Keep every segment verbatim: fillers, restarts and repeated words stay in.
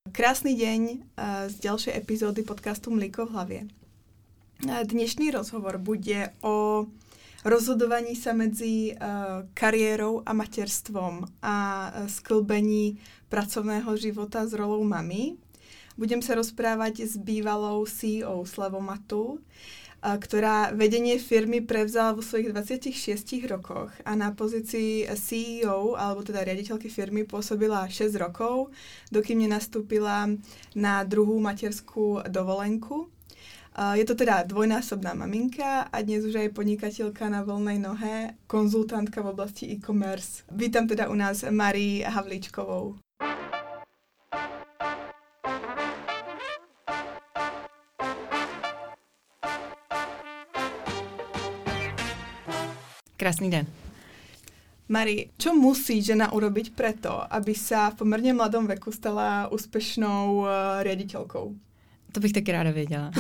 Krásný deň z ďalšej epizódy podcastu Mlíko v hlavě. Dnešný rozhovor bude o rozhodovaní sa medzi kariérou a materstvom a sklbení pracovného života s rolou mamy. Budem sa rozprávať s bývalou C E O Slavomatu, ktorá vedenie firmy prevzala vo svojich dvadsiatich šiestich rokoch a na pozícii C E O, alebo teda riaditeľky firmy, pôsobila šesť rokov, dokým nenastúpila na druhú materskú dovolenku. Je to teda dvojnásobná maminka a dnes už aj podnikateľka na voľnej nohe, konzultantka v oblasti e-commerce. Vítam teda u nás Marii Havlíčkovou. Krásný den. Mari, čo musí žena urobiť preto, aby sa v pomerne mladom veku stala úspešnou uh, riaditeľkou? To bych taky ráda věděla.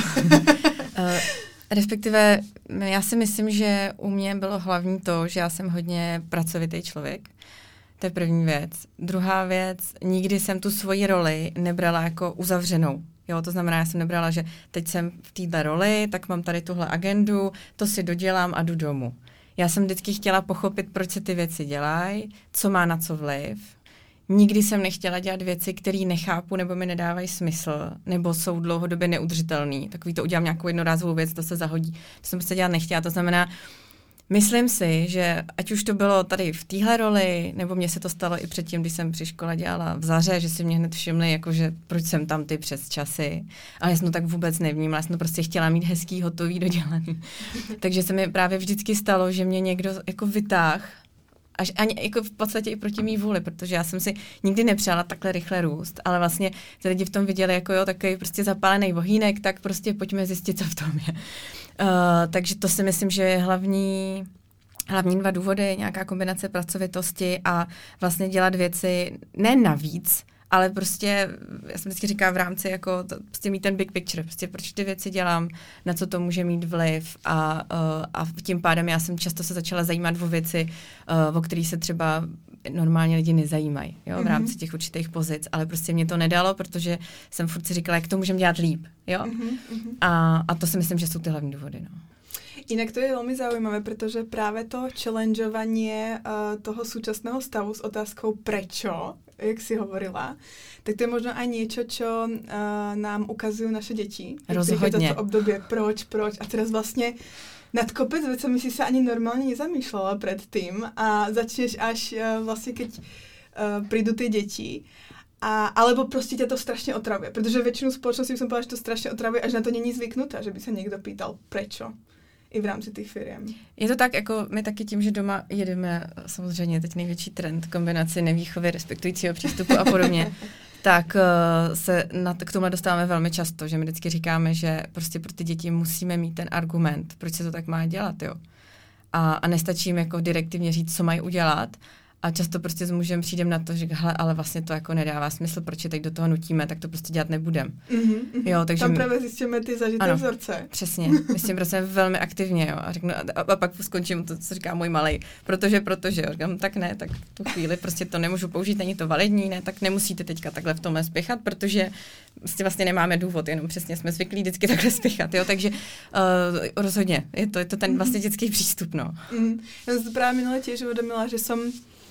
uh, respektive, já si myslím, že u mě bylo hlavní to, že já jsem hodně pracovitý člověk. To je první věc. Druhá věc, nikdy jsem tu svoji roli nebrala jako uzavřenou. Jo, to znamená, já jsem nebrala, že teď jsem v této roli, tak mám tady tuhle agendu, to si dodělám a jdu domů. Já jsem vždycky chtěla pochopit, proč se ty věci dělají, co má na co vliv. Nikdy jsem nechtěla dělat věci, které nechápu nebo mi nedávají smysl, nebo jsou dlouhodobě neudržitelné. Takový to udělám nějakou jednorázovou věc, to se zahodí. To jsem prostě dělat nechtěla. To znamená, myslím si, že ať už to bylo tady v téhle roli, nebo mně se to stalo i předtím, když jsem při škole dělala v Zaře, že si mě hned všimli, jakože proč jsem tam ty přes časy. Ale já jsem to tak vůbec nevnímala, já jsem to prostě chtěla mít hezký, hotový, dodělaný. Takže se mi právě vždycky stalo, že mě někdo jako vytáh, až ani jako v podstatě i proti mý vůli, protože já jsem si nikdy nepřála takhle rychle růst, ale vlastně ty lidi v tom viděli jako jo, takový prostě zapálený vohýnek, tak prostě pojďme zjistit, co v tom je. Uh, takže to si myslím, že je hlavní, hlavní dva důvody, nějaká kombinace pracovitosti a vlastně dělat věci ne navíc, ale prostě, já jsem vždycky říkala v rámci jako to, prostě mít ten big picture, prostě proč ty věci dělám, na co to může mít vliv a, uh, a tím pádem já jsem často se začala zajímat o věci, uh, o kterých se třeba normálně lidi nezajímají, jo, v rámci těch určitých pozic, ale prostě mě to nedalo, protože jsem furt si říkala, jak to můžeme dělat líp, jo, mm-hmm. a, a to si myslím, že jsou ty hlavní důvody, no. Inak to je veľmi zaujímavé, pretože práve to challengeovanie uh, toho súčasného stavu s otázkou prečo, jak si hovorila, tak to je možno aj niečo, čo uh, nám ukazujú naše deti. Rozhodne. Toto obdobie proč, proč a teraz vlastne nad kopec vecami si sa ani normálne nezamýšľala predtým a začneš až uh, vlastne, keď uh, prídu tie deti. A, alebo prostě tě to strašně otravuje, protože většinu společnosti jsem povedala, že to strašně otravuje, až na to není zvyknutá, že by se někdo pýtal prečo. I v rámci těch firiem. Je to tak, jako my taky tím, že doma jedeme samozřejmě teď největší trend kombinaci nevýchovy, respektujícího přístupu a podobně, tak uh, se na t- k tomu dostáváme velmi často, že my vždycky říkáme, že prostě pro ty děti musíme mít ten argument, proč se to tak má dělat, jo. A, a nestačí jim jako direktivně říct, co mají udělat. A často prostě s mužem přijdem na to, že hele, ale vlastně to jako nedává smysl, proč je teď do toho nutíme, tak to prostě dělat nebudem. Mm-hmm, jo, takže tam právě zjistíme ty zažité ano, vzorce. Přesně, myslím prostě velmi aktivně, jo, a řeknu, a, a pak skončím to, co říká můj malej, protože, protože, jo, říkám, tak ne, tak tu chvíli prostě to nemůžu použít, není to validní, ne, tak nemusíte teďka takhle v tomhle spěchat, protože vlastně, vlastně nemáme důvod, jenom přesně jsme zvyklí vždycky takhle spěchat, jo, takže uh, rozhodně, je to, je to ten vlastně dětský přístup, no. Mm, já jsem to právě minule tiež uvedomila, že jsem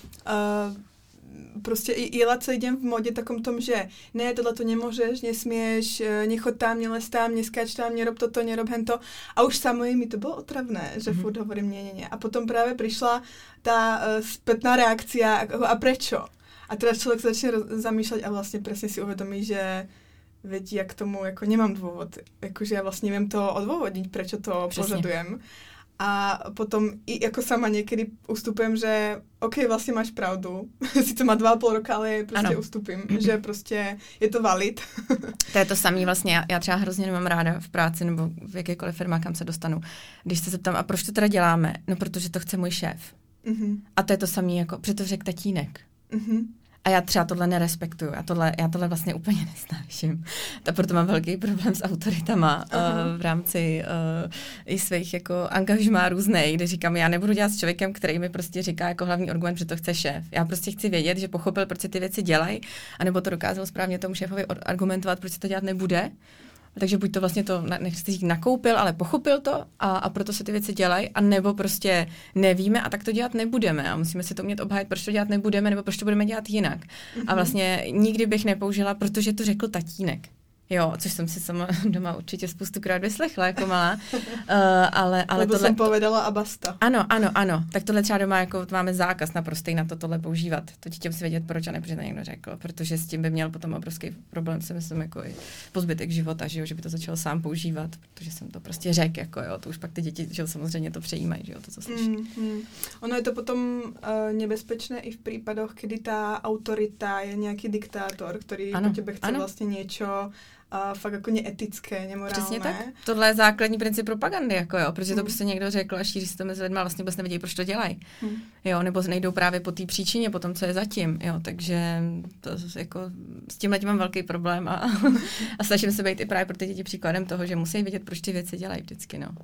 Uh, prostě jela celý den v modě takom tom, že ne, tohle to nemůžeš, nesmieš, nechoď tam, nelez tam, neskáč tam, nerob toto, nerob hento. A už samej mi to bylo otravné, že mm-hmm. furt hovorím nie, nie, nie. A potom právě přišla ta uh, spätná reakcia a, a prečo? A teda člověk se začne roz, zamýšlet a vlastně přesně si uvědomí, že veď ja k tomu jako nemám dôvod. Jakože já vlastně vím to odôvodniť, prečo to přesně požadujem. A potom i jako sama někdy ustupujem, že OK, vlastně máš pravdu, sice má dva a půl roka, ale prostě ano. ustupím, že prostě je to valid. To je to samý vlastně, já, já třeba hrozně nemám ráda v práci nebo v jakékoliv firmě, kam se dostanu. Když se zeptám, a proč to teda děláme? No protože to chce můj šéf. Mm-hmm. A to je to samý, jako, protože to řekl tatínek. Mm-hmm. A já třeba tohle nerespektuju, já tohle, já tohle vlastně úplně nesnáším. A proto mám velký problém s autoritama uh, v rámci uh, i svých jako angažmá různej, kde říkám, já nebudu dělat s člověkem, který mi prostě říká jako hlavní argument, že to chce šéf. Já prostě chci vědět, že pochopil, proč se ty věci dělají, anebo to dokázal správně tomu šéfovi argumentovat, proč se to dělat nebude. Takže buď to vlastně to, nechci říct, nakoupil, ale pochopil to a, a proto se ty věci dělají, a nebo prostě nevíme a tak to dělat nebudeme a musíme si to umět obhájit, proč to dělat nebudeme, nebo proč to budeme dělat jinak. Mm-hmm. A vlastně nikdy bych nepoužila, protože to řekl tatínek. Jo, což jsem si sama doma určitě spoustukrát vyslechla jako malá, uh, ale, ale Lebo tohle... jsem povedala a basta. Ano, ano, ano. Tak tohle třeba doma jako máme zákaz naprostý na to tohle používat. To dítě musí vědět, proč a ne, protože to někdo řekl, protože s tím by měl potom obrovský problém, si myslím, jako i po zbytek života, že, jo, že by to začal sám používat, protože jsem to prostě řekl, jako jo, to už pak ty děti, že jo, samozřejmě to přejímají, že jo, to, co slyší. Mm, mm. Ono je to potom uh, nebezpečné i v případoch, kdy ta autorita je nějaký diktátor, který ano, po tebe chce ano. vlastně něco a fakt jako neetické, nemorálné. Přesně tak. Tohle je základní princip propagandy, jako jo, protože to mm. prostě někdo řekl a šíří se to mezi lidmi a vlastně vůbec nevědí, proč to dělají. Mm. Jo, nebo nejdou právě po té příčině, po tom, co je zatím, jo, takže to jako s tímhle mám velký problém a, a snažím se být i právě pro ty děti příkladem toho, že musí vědět, proč ty věci dělají vždycky, no.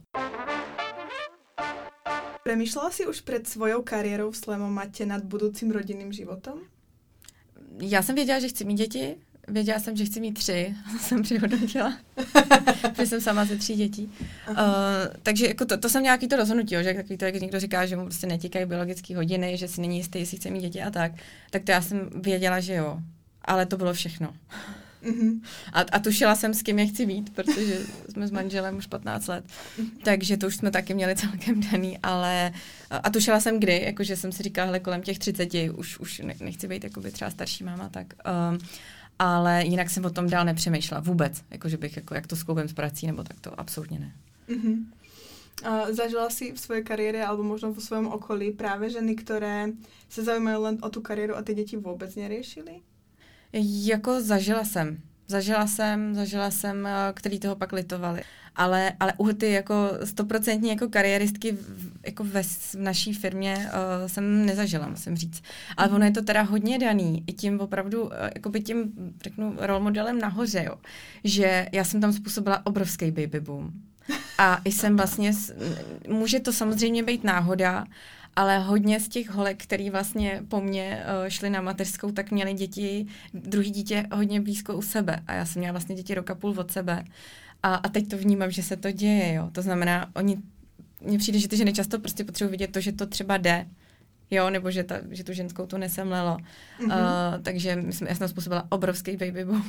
Premýšlela si už před svojou kariérou v Slamomate nad budoucím rodinným životem? Já jsem věděla, že chci mít děti. Věděla jsem, že chci mít tři, jsem přihodnotila, protože jsem sama ze tří dětí. Uh, takže jako to, to jsem nějaký to rozhodnutí, že takový to, jak někdo říká, že mu prostě netíkají biologické hodiny, že si není jistý, jestli chce mít děti a tak, tak to já jsem věděla, že jo. Ale to bylo všechno. Mm-hmm. A, a tušila jsem, s kým je chci být, protože jsme s manželem už patnáct let. Mm-hmm. Takže to už jsme taky měli celkem daný, ale a, a tušila jsem kdy, jakože jsem si říkala, hele, kolem těch třiceti už, už ne, nechci být jakoby třeba starší máma, tak... Um, ale jinak jsem o tom dál nepřemýšlela vůbec, jako že bych, jako, jak to skloubím s prací, nebo tak to absolutně ne. Uh-huh. Uh, zažila si v svojej kariére, alebo možno vo svojom okolí práve ženy, ktoré se zaujímajú len o tu kariéru a ty děti vůbec neriešili? Jako zažila jsem. Zažila jsem, zažila jsem, který toho pak litovali. Ale, ale u ty jako stoprocentní jako kariéristky v, jako ve, v naší firmě uh, jsem nezažila, musím říct. Ale ono je to teda hodně daný i tím opravdu, uh, jakoby tím, řeknu, role modelem nahoře, jo. Že já jsem tam způsobila obrovský baby boom. A jsem vlastně, může to samozřejmě být náhoda, ale hodně z těch holek, který vlastně po mně uh, šli na mateřskou, tak měli děti, druhý dítě hodně blízko u sebe. A já jsem měla vlastně děti roka půl od sebe. A, a teď to vnímám, že se to děje, jo. To znamená, oni, mně přijde, že ty ženy často prostě potřebují vidět to, že to třeba jde, jo, nebo že, ta, že tu ženskou to nesemlelo. Mm-hmm. Uh, takže myslím, já jsem způsobila obrovský baby boom.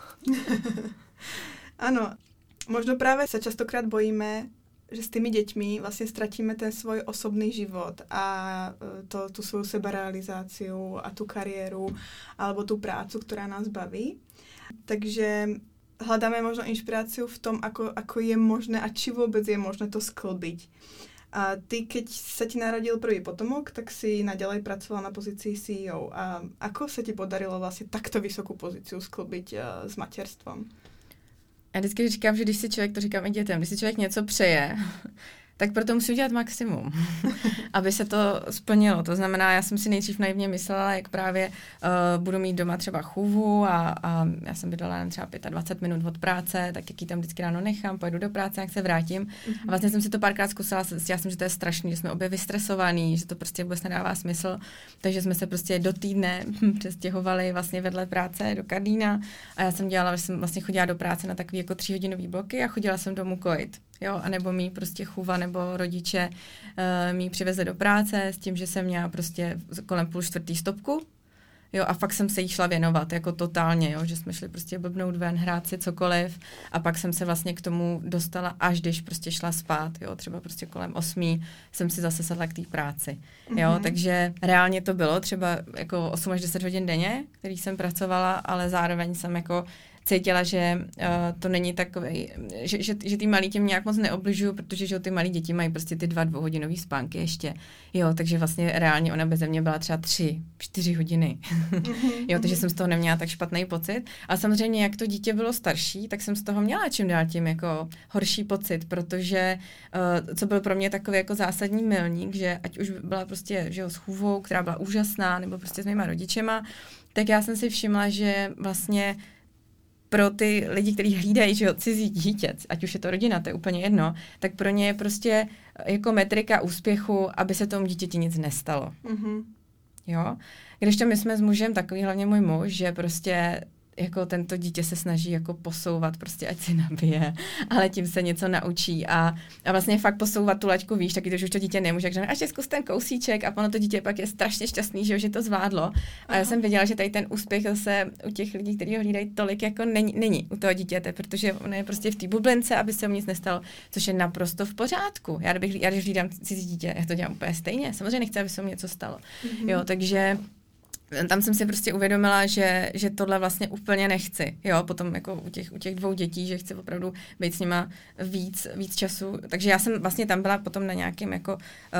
Ano, možno právě se častokrát bojíme, že s tými děťmi vlastně ztratíme ten svoj osobný život a to, tu svoju sebarealizáciu a tu kariéru alebo tu prácu, ktorá nás baví. Takže hľadáme možno inšpiráciu v tom, ako, ako je možné a či vôbec je možné to sklbiť. A ty, keď sa ti narodil prvý potomok, tak si naďalej pracovala na pozícii C E O. A ako sa ti podarilo vlastně takto vysokou pozíciu sklbiť uh, s materstvom? Já vždycky říkám, že když si člověk, to říkám i dětem, když si člověk něco přeje, tak proto musí udělat maximum, aby se to splnilo. To znamená, já jsem si nejdřív naivně myslela, jak právě uh, budu mít doma třeba chůvu a, a já jsem bydlela třeba dvacet pět minut od práce, tak jak ji tam vždycky ráno nechám, pojedu do práce, jak se vrátím. Mm-hmm. A vlastně jsem si to párkrát zkusila, já jsem, že to je strašný, že jsme obě vystresovaný, že to prostě vůbec nedává smysl, takže jsme se prostě do týdne přestěhovali vlastně vedle práce do Karlína a já jsem dělala, že jsem vlastně chodila do práce na takový jako tříhodinový bloky a chodila jsem domů kojit. Jo, anebo mý prostě chůva nebo rodiče uh, mý přivezli do práce s tím, že jsem měla prostě kolem půl čtvrtý stopku. Jo, a fakt jsem se jí šla věnovat, jako totálně, jo, že jsme šli prostě blbnout ven, hrát si cokoliv a pak jsem se vlastně k tomu dostala, až když prostě šla spát, jo, třeba prostě kolem osmí jsem si zase sedla k té práci, jo, mm-hmm. takže reálně to bylo třeba jako osm až deset hodin denně, který jsem pracovala, ale zároveň jsem jako cítila, že uh, to není takovej, že, že, že ty malí tím nějak moc neobližuju, protože že ty malí děti mají prostě ty dva dvouhodinový spánky ještě. Jo, takže vlastně reálně ona beze mě byla třeba tři, čtyři hodiny. Mm-hmm. Jo, takže jsem z toho neměla tak špatný pocit. A samozřejmě, jak to dítě bylo starší, tak jsem z toho měla čím dál tím jako horší pocit, protože uh, co byl pro mě takový jako zásadní milník, že ať už byla prostě že jo, s chůvou, která byla úžasná, nebo prostě s mýma rodičema, tak já jsem si všimla, že vlastně pro ty lidi, kteří hlídají, že jo, cizí dítě, ať už je to rodina, to je úplně jedno, tak pro ně je prostě jako metrika úspěchu, aby se tomu dítěti nic nestalo. Mm-hmm. Jo? Když to my jsme s mužem takový, hlavně můj muž, že prostě jako tento dítě se snaží jako posouvat, prostě ať si nabije, ale tím se něco naučí a, a vlastně fakt posouvat tu laťku výš, taky to, že už to dítě nemůže, takže až zkus ten kousíček a ono to dítě pak je strašně šťastný, že, že to zvládlo. A Aha. já jsem věděla, že tady ten úspěch zase u těch lidí, kteří ho hlídají, tolik jako není, není u toho dítěte, protože ono je prostě v té bublince, aby se mu nic nestalo, což je naprosto v pořádku. Já, kdybych, já když hlídám cizí dítě, já to dělám úplně stejně. Samozřejmě nechci, aby se mu něco stalo. Mm-hmm. Jo, takže tam jsem si prostě uvědomila, že, že tohle vlastně úplně nechci. Jo, potom jako u těch, u těch dvou dětí, že chci opravdu být s nima víc, víc času. Takže já jsem vlastně tam byla potom na nějakým jako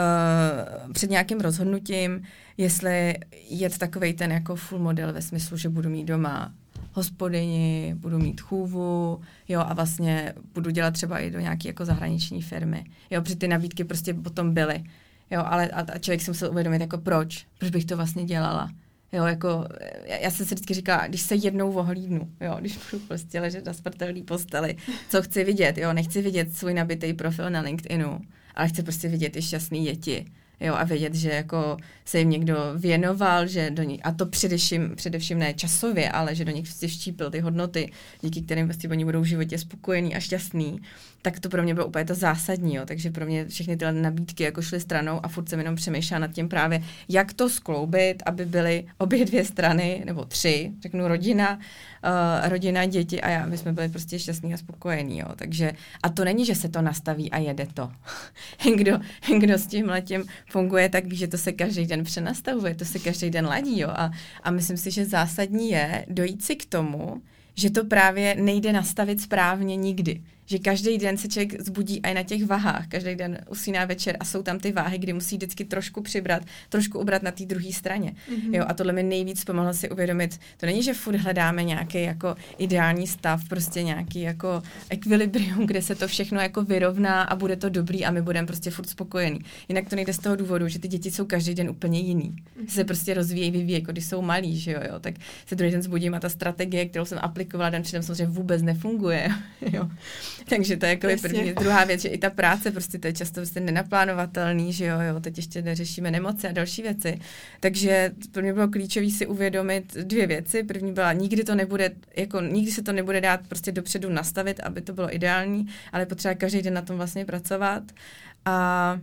uh, před nějakým rozhodnutím, jestli jet takovej ten jako full model ve smyslu, že budu mít doma hospodyni, budu mít chůvu, jo, a vlastně budu dělat třeba i do nějaké jako zahraniční firmy. Jo, protože ty nabídky prostě potom byly. Jo, ale a člověk si musel uvědomit, jako proč, proč bych to vlastně dělala. Jo, jako, já, já jsem si vždycky říkala, když se jednou ohlídnu, jo, když budu prostě ležet na smrtelný posteli, co chci vidět, jo, nechci vidět svůj nabitý profil na LinkedInu, ale chci prostě vidět ty šťastný děti, jo, a vědět, že jako se jim někdo věnoval, že do nich, a to především, především ne časově, ale že do nich prostě vštípil ty hodnoty, díky kterým vlastně oni budou v životě spokojení a šťastný, tak to pro mě bylo úplně to zásadní, jo. Takže pro mě všechny tyhle nabídky jako šly stranou a furt jsem jenom přemýšlela nad tím právě, jak to skloubit, aby byly obě dvě strany, nebo tři, řeknu rodina, uh, rodina, děti a já, aby jsme byli prostě šťastní a spokojení, jo. Takže, a to není, že se to nastaví a jede to. kdo, kdo s tímhletím funguje, tak ví, že to se každý den přenastavuje, to se každý den ladí, jo. A, a myslím si, že zásadní je dojít si k tomu, že to právě nejde nastavit správně nikdy. Že každý den se člověk zbudí i na těch vahách, každý den usíná večer a jsou tam ty váhy, kdy musí vždycky trošku přibrat, trošku ubrat na té druhé straně. Mm-hmm. Jo, a tohle mi nejvíc pomohlo si uvědomit, to není, že furt hledáme nějaký jako ideální stav, prostě nějaký jako ekvilibrium, kde se to všechno jako vyrovná a bude to dobrý a my budeme prostě furt spokojení. Jinak to nejde z toho důvodu, že ty děti jsou každý den úplně jiný. Mm-hmm. Se prostě rozvíjejí, vyvíjejí, jako když jsou malí, že jo, jo, tak se druhý den zbudím a ta strategie, kterou jsem aplikovala den předem, samozřejmě vůbec nefunguje, jo. Takže to je jako první. Druhá věc, že i ta práce, prostě to je často prostě nenaplánovatelný, že jo, jo, teď ještě neřešíme nemoci a další věci. Takže pro mě bylo klíčové si uvědomit dvě věci. První byla, nikdy to nebude, jako nikdy se to nebude dát prostě dopředu nastavit, aby to bylo ideální, ale potřeba každý den na tom vlastně pracovat. A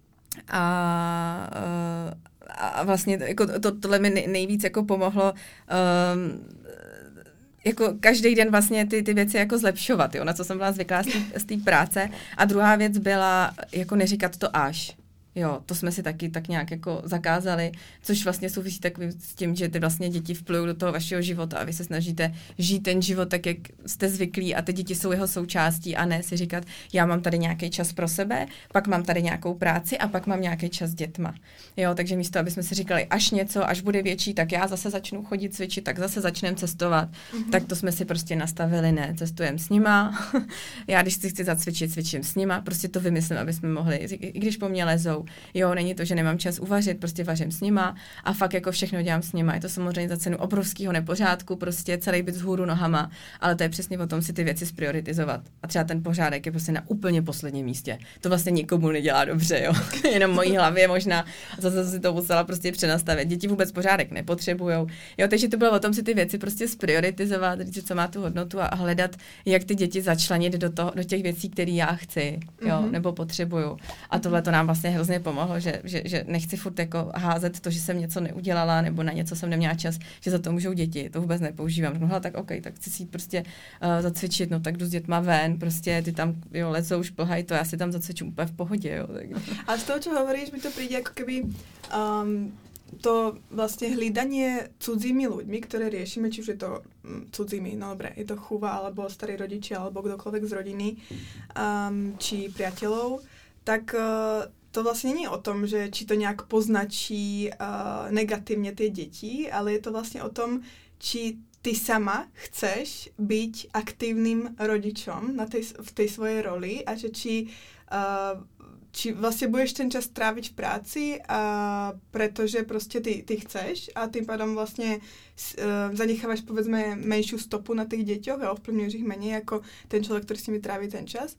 a, a vlastně jako to, tohle mi nejvíc jako pomohlo um, jako každý den vlastně ty, ty věci jako zlepšovat, jo, na co jsem byla zvyklá z té práce. A druhá věc byla jako neříkat to až. Jo, to jsme si taky tak nějak jako zakázali, což vlastně souvisí tak s tím, že ty vlastně děti vplují do toho vašeho života a vy se snažíte žít ten život tak, jak jste zvyklí a ty děti jsou jeho součástí a ne si říkat, já mám tady nějaký čas pro sebe, pak mám tady nějakou práci a pak mám nějaký čas s dětma. Jo, takže místo, aby jsme si říkali, až něco, až bude větší, tak já zase začnu chodit cvičit, tak zase začneme cestovat. Mm-hmm. Tak to jsme si prostě nastavili, ne, cestujeme s nima. Já když si chci zacvičit, cvičím s nima, prostě to vymyslím, aby jsme mohli, i když po mně lezou. Jo, není to, že nemám čas uvařit, prostě vařím s nima a fakt jako všechno dělám s nima. Je to samozřejmě za cenu obrovského nepořádku, prostě celý byt vzhůru nohama, ale to je přesně o tom si ty věci sprioritizovat. A třeba ten pořádek je prostě na úplně posledním místě. To vlastně nikomu nedělá dobře, jo. Jenom mojí hlavě možná, zase si to musela prostě přenastavit. Děti vůbec pořádek nepotřebujou. Jo, takže to bylo o tom si ty věci prostě sprioritizovat, říct, co má tu hodnotu a hledat, jak ty děti začlenit do toho, do těch věcí, které já chci, jo, mm-hmm. nebo potřebuju. A tohle to nám vlastně hrozně pomohlo, že, že, že nechci furt jako házet to, že jsem něco neudělala nebo na něco jsem neměla čas, že za to můžou děti. To vůbec nepoužívám. No, tak OK, tak chci si jít prostě uh, zacvičit, no tak jdu s dětma ven, prostě ty tam jo, lezou, šplhají to, já si tam zacvičím úplně v pohodě. Jo, tak. A z toho, čo hovoríš, mi to príde ako keby um, to vlastne hlídanie cudzími ľuďmi, ktoré riešime, či už je to um, cudzími, no dobre, je to chúva, alebo starí rodičia, alebo kdokoľvek z rodiny, um, či priateľov, tak uh, to vlastně není o tom, že či to nějak poznačí uh, negativně ty děti, ale je to vlastně o tom, či ty sama chceš byť aktívnym rodičom na tej, v tej svojej roli a že či uh, či vlastně budeš ten čas trávit v práci, a protože prostě ty, ty chceš a tým pádom vlastně uh, zanechávaš povedzme menšiu stopu na těch děťoch a ovplyvňuješ ich menej jako ten člověk, který s nimi tráví ten čas.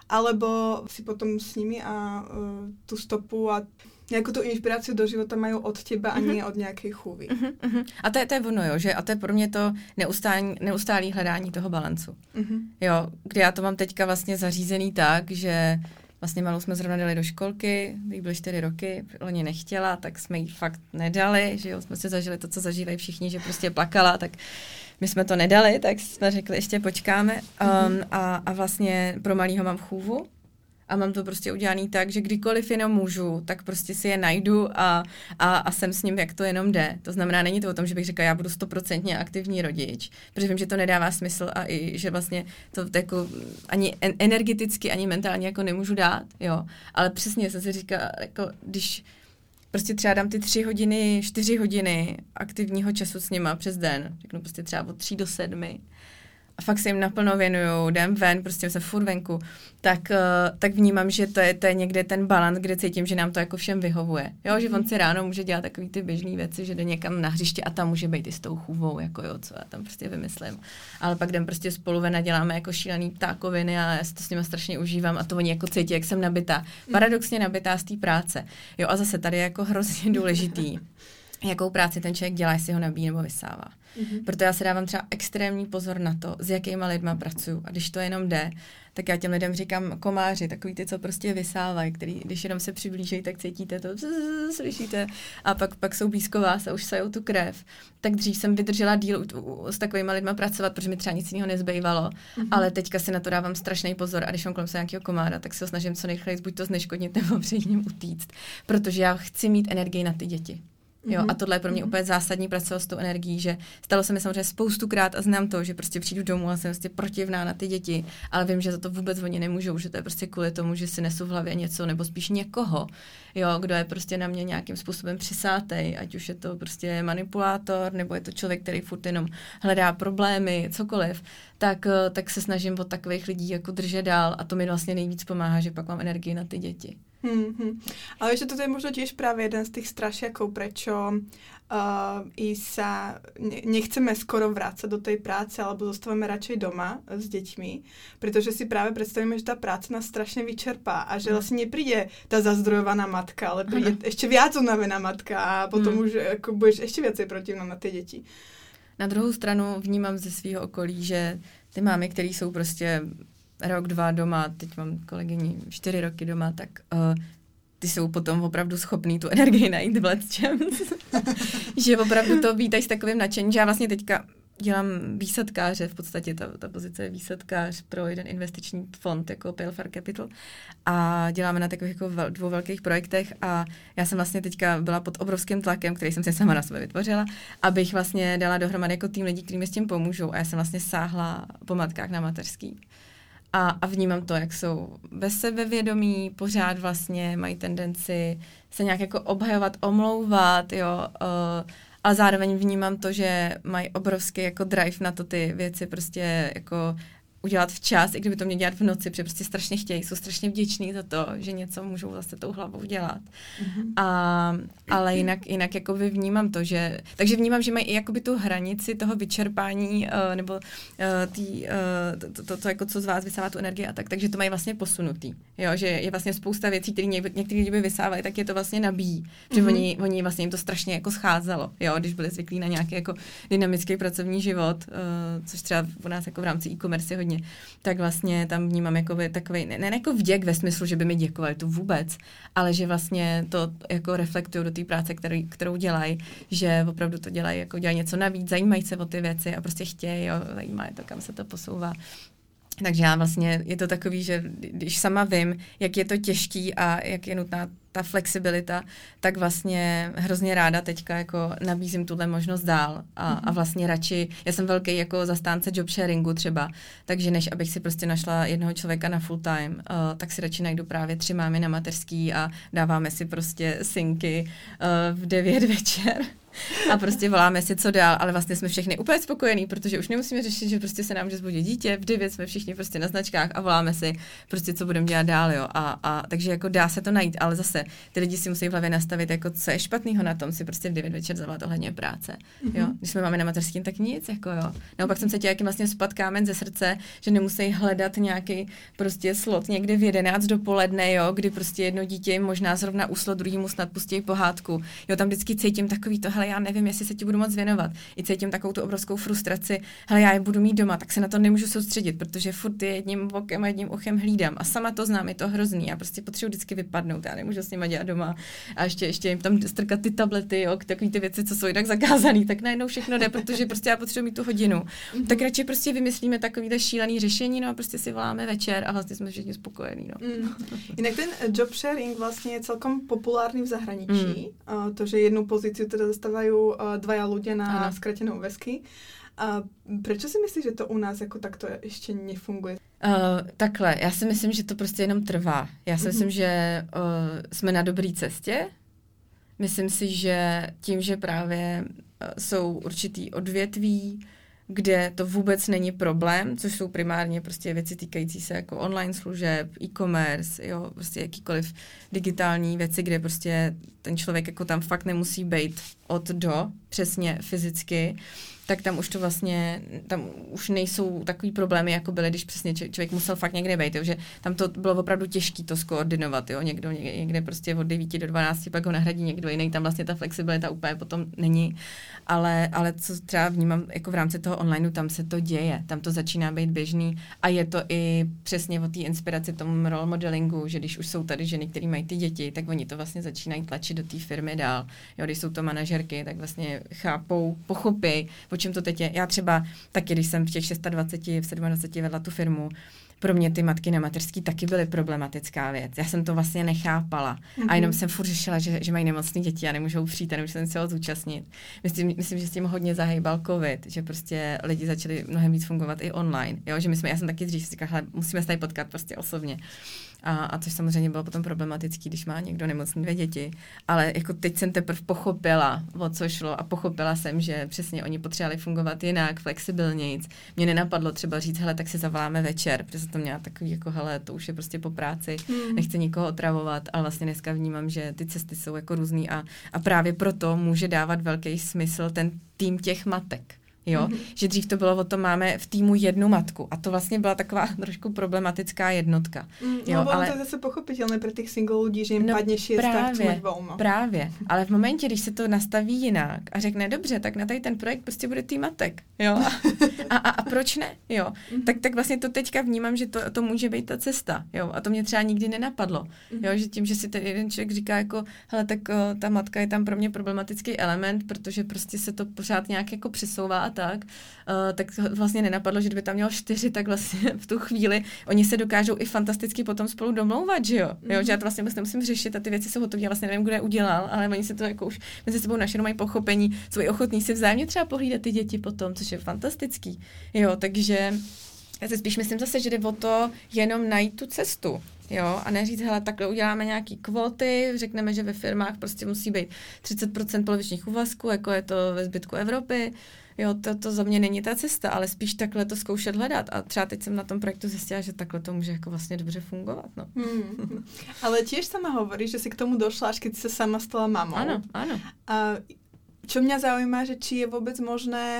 Alebo si potom s nimi a uh, tu stopu a nějakou tu inspiraci do života mají od těba a nie od nějaké chůvy. Uh-huh, uh-huh. A to je, to je ono, jo, že? A to je pro mě to neustálý, neustálý hledání toho balancu. Uh-huh. Jo, kdy já to mám teďka vlastně zařízený tak, že vlastně malou jsme zrovna dali do školky, jí byly čtyři roky, loni nechtěla, tak jsme jí fakt nedali, že jo, jsme si zažili to, co zažívají všichni, že prostě plakala, tak my jsme to nedali, tak jsme řekli, ještě počkáme. Um, mm-hmm. a, a vlastně pro malýho mám chůvu a mám to prostě udělaný tak, že kdykoliv jenom můžu, tak prostě si je najdu a, a, a jsem s ním, jak to jenom jde. To znamená, není to o tom, že bych řekla, já budu stoprocentně aktivní rodič, protože vím, že to nedává smysl a i, že vlastně to jako ani energeticky, ani mentálně jako nemůžu dát, jo. Ale přesně jsem si říkala, jako když prostě třeba dám ty tři hodiny, čtyři hodiny aktivního času s nima přes den, řeknu prostě třeba od tří do sedmi, a fakt se jim naplno věnuju, jdem ven, prostě jsem furt venku, tak, uh, tak vnímám, že to je, to je někde ten balans, kde cítím, že nám to jako všem vyhovuje. Jo, že on si ráno může dělat takový ty běžné věci, že jde někam na hřiště a tam může být i s tou chůvou, jako jo, co já tam prostě vymyslím. Ale pak jdem prostě spolu ven a děláme jako šílený ptákoviny a já si to s nimi strašně užívám a to oni jako cítí, jak jsem nabitá. Paradoxně nabitá z té práce. Jo, a zase tady je jako hrozně důležitý, jakou práci ten člověk dělá, jestli ho nabíjí nebo vysává. Mm-hmm. Proto já si dávám třeba extrémní pozor na to, s jakýma lidma pracuju. A když to jenom jde, tak já těm lidem říkám komáři, takový ty, co prostě vysávají, který, když jenom se přiblížejí, tak cítíte to, slyšíte, a pak, pak jsou blízko vás a už sajou tu krev. Tak dřív jsem vydržela díl u, u, s takovýma lidma pracovat, protože mi třeba nic jiného nezbývalo, mm-hmm. ale teďka si na to dávám strašný pozor a když mám kolem se nějakého komára, tak se ho snažím co nejrychleji buď to zneškodnit nebo před ním utíct, protože já chci mít energii na ty děti. Jo, a tohle je pro mě úplně zásadní pracovat s tou energií, že stalo se mi samozřejmě spoustukrát a znám to, že prostě přijdu domů a jsem prostě protivná na ty děti, ale vím, že za to vůbec oni nemůžou, že to je prostě kvůli tomu, že si nesu v hlavě něco nebo spíš někoho, jo, kdo je prostě na mě nějakým způsobem přisátej, ať už je to prostě manipulátor, nebo je to člověk, který furt jenom hledá problémy, cokoliv, tak, tak se snažím od takových lidí jako držet dál a to mi vlastně nejvíc pomáhá, že pak mám energii na ty děti. Hmm, hmm. Ale že toto je možno tiež práve jeden z tých strašiakov, prečo uh, i sa ne- nechceme skoro vrácať do tej práce alebo zostávame radšej doma s deťmi, pretože si práve predstavíme, že tá práca nás strašne vyčerpá a že vlastne nepríde tá zazdrojovaná matka, ale príde uh-huh. ešte viac unavená matka a potom uh-huh. už ako budeš ešte viacej protivná na tie deti. Na druhou stranu vnímám ze svého okolí, že ty mámy, které jsou prostě rok, dva doma, teď mám kolegyni čtyři roky doma, tak uh, ty jsou potom opravdu schopný tu energii najít v lecčem. Že opravdu to vítají s takovým nadšením, že já vlastně teďka dělám výsadkáře, v podstatě ta, ta pozice je výsadkář pro jeden investiční fond, jako P L F R Capital, a děláme na takových jako vel, dvou velkých projektech a já jsem vlastně teďka byla pod obrovským tlakem, který jsem si sama na sebe vytvořila, abych vlastně dala dohromady jako tým lidí, kteří mi s tím pomůžou a já jsem vlastně sáhla po matkách na mateřský. A, a vnímám to, jak jsou bez sebevědomí, pořád vlastně mají tendenci se nějak jako obhajovat, omlouvat, jo, uh, ale zároveň vnímám to, že mají obrovský jako drive na to ty věci prostě jako udělat včas, i kdyby to měli dělat v noci, protože prostě strašně chtějí, jsou strašně vděční za to, že něco můžou zase tou hlavou dělat. Mm-hmm. A, ale jinak, jinak jako vnímám to, že, takže vnímám, že mají i jakoby tu hranici toho vyčerpání, uh, nebo uh, tý, uh, to, to, to, to, jako co z vás vysává tu energii a tak, takže to mají vlastně posunutý, jo, že je vlastně spousta věcí, které něk, některý lidi by vysávají, tak je to vlastně nabíjí, protože mm-hmm. oni, oni vlastně jim to strašně jako scházelo, jo, když byli zvyklí na nějaký jako dynamický pracovní život, uh, což třeba u nás jako v rámci e-commerce je hodně, tak vlastně tam vnímám jako takový, ne, ne jako vděk ve smyslu, že by mi děkovali, to vůbec, ale že vlastně to jako reflektují do té práce, který, kterou dělají, že opravdu to dělají, jako dělají něco navíc, zajímají se o ty věci a prostě chtějí, jo, zajímá je to, kam se to posouvá. Takže já vlastně, je to takový, že když sama vím, jak je to těžký a jak je nutná ta flexibilita, tak vlastně hrozně ráda teďka jako nabízím tuhle možnost dál a, mm-hmm. a vlastně radši, já jsem velký jako zastánce job sharingu třeba, takže než abych si prostě našla jednoho člověka na full time, uh, tak si radši najdu právě tři mámy na mateřský a dáváme si prostě synky uh, v devět večer. A prostě voláme si, co dál, ale vlastně jsme všichni úplně spokojení, protože už nemusíme řešit, že prostě se nám může zbudit dítě, v devět jsme všichni prostě na značkách a voláme si prostě, co budeme dělat dál, jo. A, a takže jako dá se to najít, ale zase ty lidi si musí v hlavě nastavit, jako co je špatného na tom si prostě v devět večer zavolat ohledně práce. Jo. Mm-hmm. Když jsme máme na mateřském, tak nic, jako jo. Naopak jsem se tě, jaký vlastně spad kámen ze srdce, že nemusí hledat nějaký prostě slot někde v jedenáct dopoledne, jo, kdy prostě jedno dítě jim možná zrovna uslo, druhýmu snad pustí pohádku. Jo, tam vždycky cítím takový to, hele, já nevím, jestli se ti budu moc věnovat. I cítím takovou tu obrovskou frustraci, hele, já je budu mít doma, tak se na to nemůžu soustředit, protože furt je jedním okem a jedním uchem hlídám. A sama to znám, je to hrozný. Já prostě potřebuji vždycky vypadnout, já nemůžu s nima dělat doma. A ještě, ještě jim tam strkat ty tablety, jo, takový ty věci, co jsou jinak zakázané, tak najednou všechno jde, protože prostě já potřebuji mít tu hodinu. Mm-hmm. Tak radši prostě vymyslíme takovýhle šílený řešení, no a prostě si voláme večer a vlastně jsme všichni spokojení, no. Mm. Jinak ten job sharing vlastně je celkom populárny v zahraničí. Mm. Uh, to, že jednu pozici teda zastávají uh, dvaja ľudia na zkrátené úvazky. A proč si myslíš, že to u nás jako takto ještě nefunguje? Uh, takhle, já si myslím, že to prostě jenom trvá. Já si mm-hmm. myslím, že uh, jsme na dobré cestě. Myslím si, že tím, že právě uh, jsou určitý odvětví, kde to vůbec není problém, což jsou primárně prostě věci týkající se jako online služeb, e-commerce, jo, prostě jakýkoliv digitální věci, kde prostě ten člověk jako tam fakt nemusí být od do, přesně fyzicky, tak tam už to vlastně, tam už nejsou takový problémy, jako byly, když přesně člověk musel fakt někde být, jo, že tam to bylo opravdu těžké to skoordinovat, jo, někdo někde prostě od devíti do dvanácti, pak ho nahradí někdo jiný, tam vlastně ta flexibilita úplně potom není, ale, ale co třeba vnímám jako v rámci toho onlineu, tam se to děje, tam to začíná být běžný a je to i přesně o té inspiraci, tomu role modelingu, že když už jsou tady ženy, které mají ty děti, tak oni to vlastně začínají tlačit do té firmy dál, jo, když jsou to manažerky, tak vlastně chápou, pochopí, o čem to teď je. Já třeba taky, když jsem v těch dvaceti šesti, v dvaceti sedmi vedla tu firmu, pro mě ty matky na mateřský taky byly problematická věc. Já jsem to vlastně nechápala. Mm-hmm. A jenom jsem furt řešila, že, že mají nemocné děti a nemůžou přijít a nemůžu se toho zúčastnit. Myslím, myslím, že s tím hodně zahýbal covid, že prostě lidi začali mnohem víc fungovat i online. Jo, že my jsme, já jsem taky dřív říkala, musíme se tady potkat prostě osobně. A, a což samozřejmě bylo potom problematický, když má někdo nemocný dvě děti. Ale jako teď jsem teprve pochopila, o co šlo a pochopila jsem, že přesně oni potřebovali fungovat jinak, flexibilnějc. Mě nenapadlo třeba říct, hele, tak si zavoláme večer, protože to měla takový jako, hele, to už je prostě po práci, mm. nechci nikoho otravovat, ale vlastně dneska vnímám, že ty cesty jsou jako různý a, a právě proto může dávat velký smysl ten tým těch matek. Jo, mm-hmm. že dřív to bylo o tom, máme v týmu jednu matku a to vlastně byla taková trošku problematická jednotka. Mm, jo, no, ale to je zase pochopitelné pro těch single lidí, že jim no, padne šest, tak chcú mať volno. Právě, ale v momentě, když se to nastaví jinak a řekne, dobře, tak na tady ten projekt prostě bude tým matek, jo, a, a, a, a proč ne, jo, mm-hmm. tak, tak vlastně to teďka vnímám, že to, to může být ta cesta, jo, a to mě třeba nikdy nenapadlo, mm-hmm. jo, že tím, že si ten jeden člověk říká jako, hele, tak o, ta matka je tam pro mě problematický element, protože prostě se to pořád nějak jako přesouvá tak, uh, tak vlastně nenapadlo, že kdyby tam měl čtyři, tak vlastně v tu chvíli oni se dokážou i fantasticky potom spolu domlouvat, že jo? Mm-hmm. jo že já to vlastně vlastně musím řešit a ty věci jsou hotové, já vlastně nevím, kdo je udělal, ale oni se to jako už mezi sebou našli, mají pochopení, jsou i ochotní si vzájemně třeba pohlídat ty děti potom, což je fantastický. Jo, takže já si spíš myslím zase, že jde o to jenom najít tu cestu. Jo, a neříct, hele, takhle uděláme nějaký kvóty, řekneme, že ve firmách prostě musí být třicet procent polovičních úvazků, jako je to ve zbytku Evropy. Jo, to, to za mě není ta cesta, ale spíš takhle to zkoušet hledat. A třeba teď jsem na tom projektu zjistila, že takhle to může jako vlastně dobře fungovat. No. Hmm. Ale tiež sama hovorí, že si k tomu došla, až keď si sa sama stala mamou. Áno, áno. A čo mňa zaujíma, že či je vôbec možné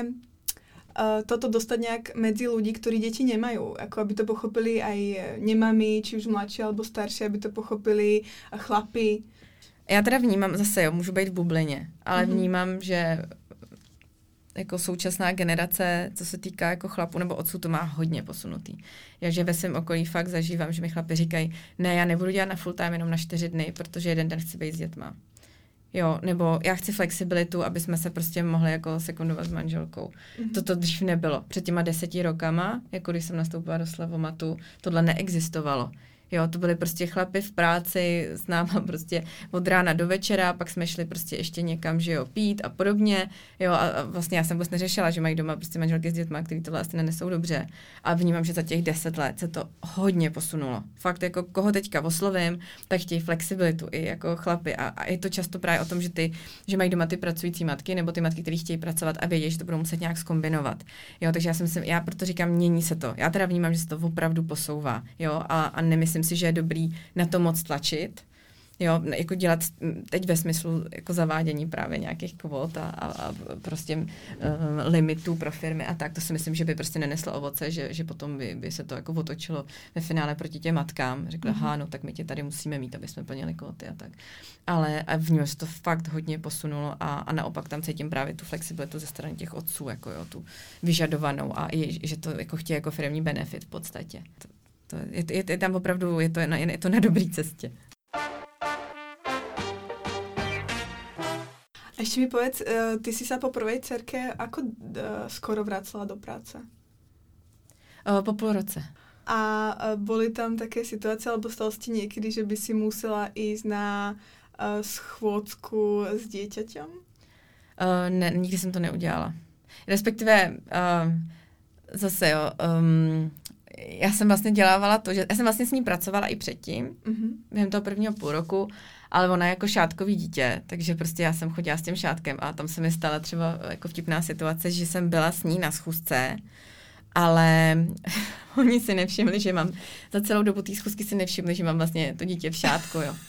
uh, toto dostať nejak medzi ľudí, ktorí deti nemajú. Ako aby to pochopili aj nemami, či už mladšie alebo staršie, aby to pochopili chlapi. Já teda vnímám, zase jo, můžu být v bublině, ale mm-hmm. vnímám, že jako současná generace, co se týká jako chlapů nebo otců, to má hodně posunutý. Já že ve svém okolí fakt zažívám, že mi chlapi říkají, ne, já nebudu dělat na full time jenom na čtyři dny, protože jeden den chci být s dětma. Jo, nebo já chci flexibilitu, aby jsme se prostě mohli jako sekundovat s manželkou. Mm-hmm. Toto dřív nebylo. Před těma deseti rokama, jako když jsem nastoupila do Slavomatu, tohle neexistovalo. Jo, to byly prostě chlapy v práci s náma prostě od rána do večera, pak jsme šli prostě ještě někam, že jo, pít a podobně, jo, a, a vlastně já jsem vůbec neřešila, že mají doma prostě manželky s dětma, který to vlastně nenesou dobře. A vnímám, že za těch deset let se to hodně posunulo. Fakt jako koho teďka oslovím, tak chtějí flexibilitu i jako chlapy a, a je to často právě o tom, že ty, že mají doma ty pracující matky nebo ty matky, které chtějí pracovat a vědí, že to budou muset nějak zkombinovat. Jo, takže já si myslím, já proto říkám, mění se to. Já teda vnímám, že se to opravdu posouvá, jo, a, a nemyslím si, že je dobrý na to moc tlačit, jo, jako dělat teď ve smyslu jako zavádění právě nějakých kvót a, a, a prostě uh, limitů pro firmy a tak, to si myslím, že by prostě neneslo ovoce, že, že potom by, by se to jako otočilo ve finále proti těm matkám, řekla, mm-hmm. ha, no tak my tě tady musíme mít, aby jsme plnili kvóty a tak. Ale a v něm se to fakt hodně posunulo a, a naopak tam cítím právě tu flexibilitu ze strany těch otců, jako jo, tu vyžadovanou a i, že to jako chtějí jako firmní benefit v podstatě. To, to je, je, je tam opravdu, je to na, je to na dobré cestě. Ešte mi povedz, ty si sa po prvej dcerke ako skoro vracela do práce? Po půl roce. A boli tam také situácie, alebo stalo ti niekedy, že by si musela ísť na schôdzku s dieťaťom? Uh, ne, nikdy jsem to neudělala. Respektive uh, zase jo, um, já jsem vlastně dělávala to, že já jsem vlastně s ní pracovala i předtím, mm-hmm. během toho prvního půl roku, ale ona je jako šátkový dítě, takže prostě já jsem chodila s tím šátkem a tam se mi stala třeba jako vtipná situace, že jsem byla s ní na schůzce, ale oni si nevšimli, že mám, za celou dobu té schůzky si nevšimli, že mám vlastně to dítě v šátku, jo.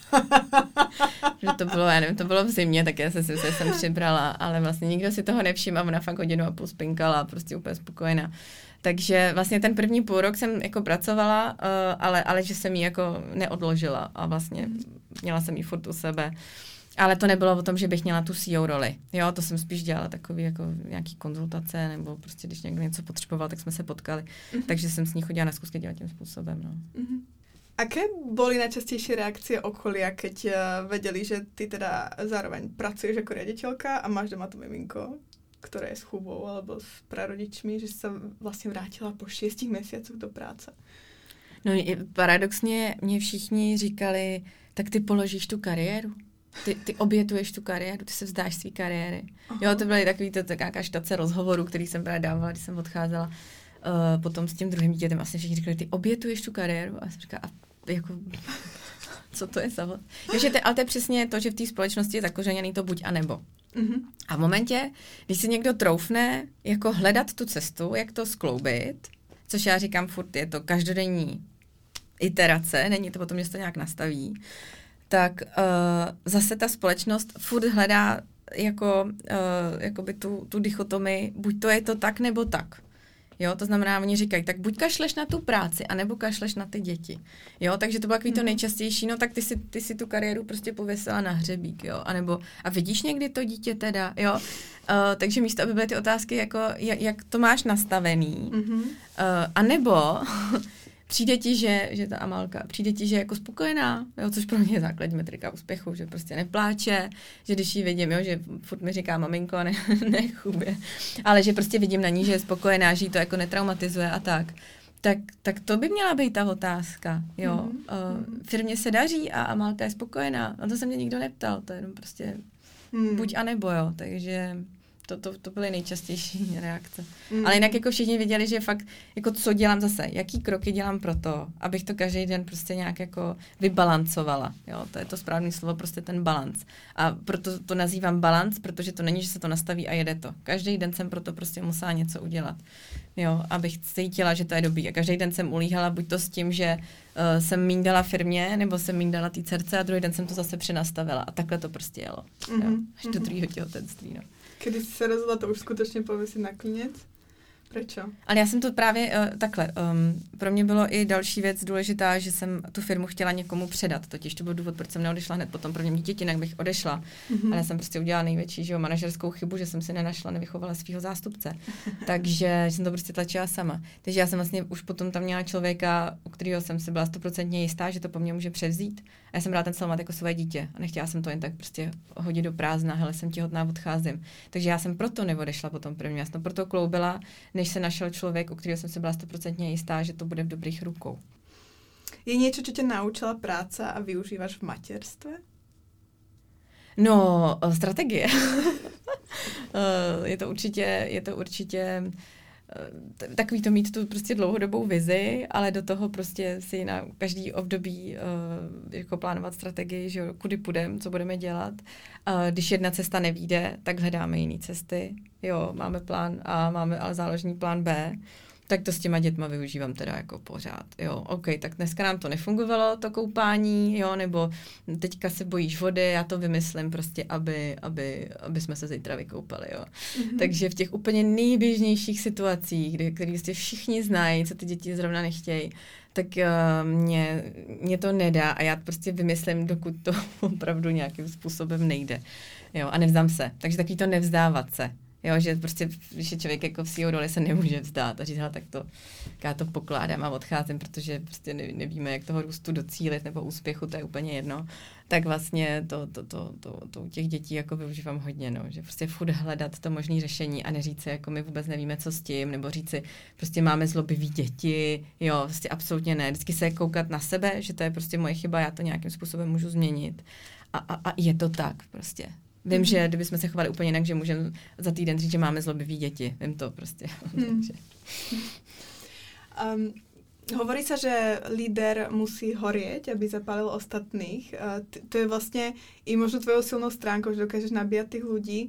Že to bylo, já nevím, to bylo v zimě, tak já jsem si že jsem přibrala, ale vlastně nikdo si toho nevšiml a ona fakt hodinu a půl spinkala, prostě úplně spokojená. Takže vlastně ten první půl rok jsem jako pracovala, uh, ale, ale že jsem ji jako neodložila a vlastně měla jsem ji furt u sebe. Ale to nebylo o tom, že bych měla tu C E O roli. Jo, to jsem spíš dělala takový jako nějaký konzultace, nebo prostě když někdo něco potřeboval, tak jsme se potkali. Mm-hmm. Takže jsem s ní chodila na skúšky dělat tím způsobem, no. Mm-hmm. Aké boli najčastejšie reakcie okolia, keď uh, vedeli, že ty teda zároveň pracuješ ako riaditeľka a máš doma to miminko, ktoré je s chůvou alebo s prarodičmi, že sa vlastne vrátila po šiestich mesiacoch do práce? No paradoxně mě všichni říkali, tak ty položíš tu kariéru. Ty, ty obětuješ tu kariéru, ty se vzdáš svý kariéry. Aha. Jo, to byly takový to, taková štace rozhovorů, který jsem právě dávala, když jsem odcházela uh, potom s tím druhým dítětem. Asi všichni říkali, ty obětuješ tu kariéru. A já jsem říkala, a jako, co to je za... Takže te, ale to je přesně to, že v té společnosti je zakořeněný to buď a nebo. Mm-hmm. A v momentě, když si někdo troufne jako hledat tu cestu, jak to skloubit, což já říkám furt, je to každodenní iterace, není to potom, že se to nějak nastaví, tak uh, zase ta společnost furt hledá jako, uh, jakoby tu, tu dichotomii, buď to je to tak, nebo tak. Jo, to znamená, oni říkají, tak buď kašleš na tu práci, anebo kašleš na ty děti. Jo, takže to bylo takový to nejčastější, no tak ty si, ty si tu kariéru prostě pověsila na hřebík, jo, anebo a vidíš někdy to dítě teda, jo. Uh, takže místo, aby byly ty otázky, jako jak, jak to máš nastavený, mm-hmm. uh, anebo přijde ti, že, že ta Amálka, přijde ti, že je jako spokojená, jo, což pro mě je základní metrika úspěchu, že prostě nepláče, že když ji vidím, jo, že furt mi říká maminko a ne, ne chůbě, ale že prostě vidím na ní, že je spokojená, že jí to jako netraumatizuje a tak. Tak, tak to by měla být ta otázka, jo. Mm-hmm. Uh, firmě se daří a Amálka je spokojená, a to se mě nikdo neptal, to je jenom prostě mm. buď a nebo, jo, takže... To, to, to byly nejčastější reakce. Mm. Ale jinak jako všichni viděli, že fakt, jako co dělám zase, jaký kroky dělám pro to, abych to každý den prostě nějak jako vybalancovala. Jo, to je to správné slovo, prostě ten balanc. A proto to nazývám balanc, protože to není, že se to nastaví a jede to. Každý den jsem proto prostě musela něco udělat. Jo, abych cítila, že to je dobrý. A každý den jsem ulíhala buď to s tím, že uh, jsem míň dala firmě, nebo jsem míň dala té dcerce a druhý den jsem to zase přenastavila. A takhle to prostě jelo. Mm-hmm. Jo, až do druhého těhotenství, no. Kedy jsi se rozhodla to už skutečně pověsit na klíněc? Prečo? Ale já jsem to právě uh, takhle. Um, pro mě bylo i další věc důležitá, že jsem tu firmu chtěla někomu předat. Totiž to byl důvod, proč jsem neodešla hned po tom prvním dítěti, jinak bych odešla. Mm-hmm. Ale já jsem prostě udělala největší, že jo, manažerskou chybu, že jsem si nenašla, nevychovala svého zástupce. Takže jsem to prostě tlačila sama. Takže já jsem vlastně už potom tam měla člověka, u kterého jsem si byla stoprocentně jistá, že to po mně může převzít. A já jsem brala ten Salmat jako své dítě a nechtěla jsem to jen tak prostě hodit do prázdna, hele, jsem těhotná, odcházím. Takže já jsem proto neodešla po tom prvním, já jsem to proto kloubila, než se našel člověk, u kterého jsem si byla stoprocentně jistá, že to bude v dobrých rukou. Je niečo, čo ťa naučila práca a využívaš v materstve? No, strategie. je to určitě, je to určitě takový to mít tu prostě dlouhodobou vizi, ale do toho prostě si na každý období uh, jako plánovat strategii, že jo, kudy půjdeme, co budeme dělat. Uh, když jedna cesta nevyjde, tak hledáme jiné cesty. Jo, máme plán A, máme ale záložní plán B. Tak to s těma dětma využívám teda jako pořád. Jo, OK, tak dneska nám to nefungovalo, to koupání, jo, nebo teďka se bojíš vody, já to vymyslím prostě, aby, aby, aby jsme se zítra vykoupali, jo. Mm-hmm. Takže v těch úplně nejběžnějších situacích, kde, které prostě všichni znají, co ty děti zrovna nechtějí, tak uh, mě, mě to nedá a já prostě vymyslím, dokud to opravdu nějakým způsobem nejde. Jo, a nevzdám se. Takže takový to nevzdávat se. Jo, že prostě, když je člověk jako v svého roli se nemůže vzdát a říct, tak to, já to pokládám a odcházím, protože prostě nevíme, jak toho růstu docílit nebo úspěchu, to je úplně jedno. Tak vlastně to, to, to, to, to u těch dětí jako využívám hodně, no, že prostě furt hledat to možné řešení a neříct si, jako my vůbec nevíme, co s tím, nebo říct si, prostě máme zlobivý děti, jo, prostě absolutně ne. Vždycky se koukat na sebe, že to je prostě moje chyba, já to nějakým způsobem můžu změnit. A, a, a je to tak prostě. Vím, mm-hmm. že kdybychom se chovali úplně jinak, že můžeme za týden říct, že máme zlobivý děti. Vím to prostě. Mm. um, hovorí sa, že líder musí horieť, aby zapálil ostatných. Uh, t- to je vlastne i možno tvojou silnou stránkou, že dokážeš nabíjať tých ľudí.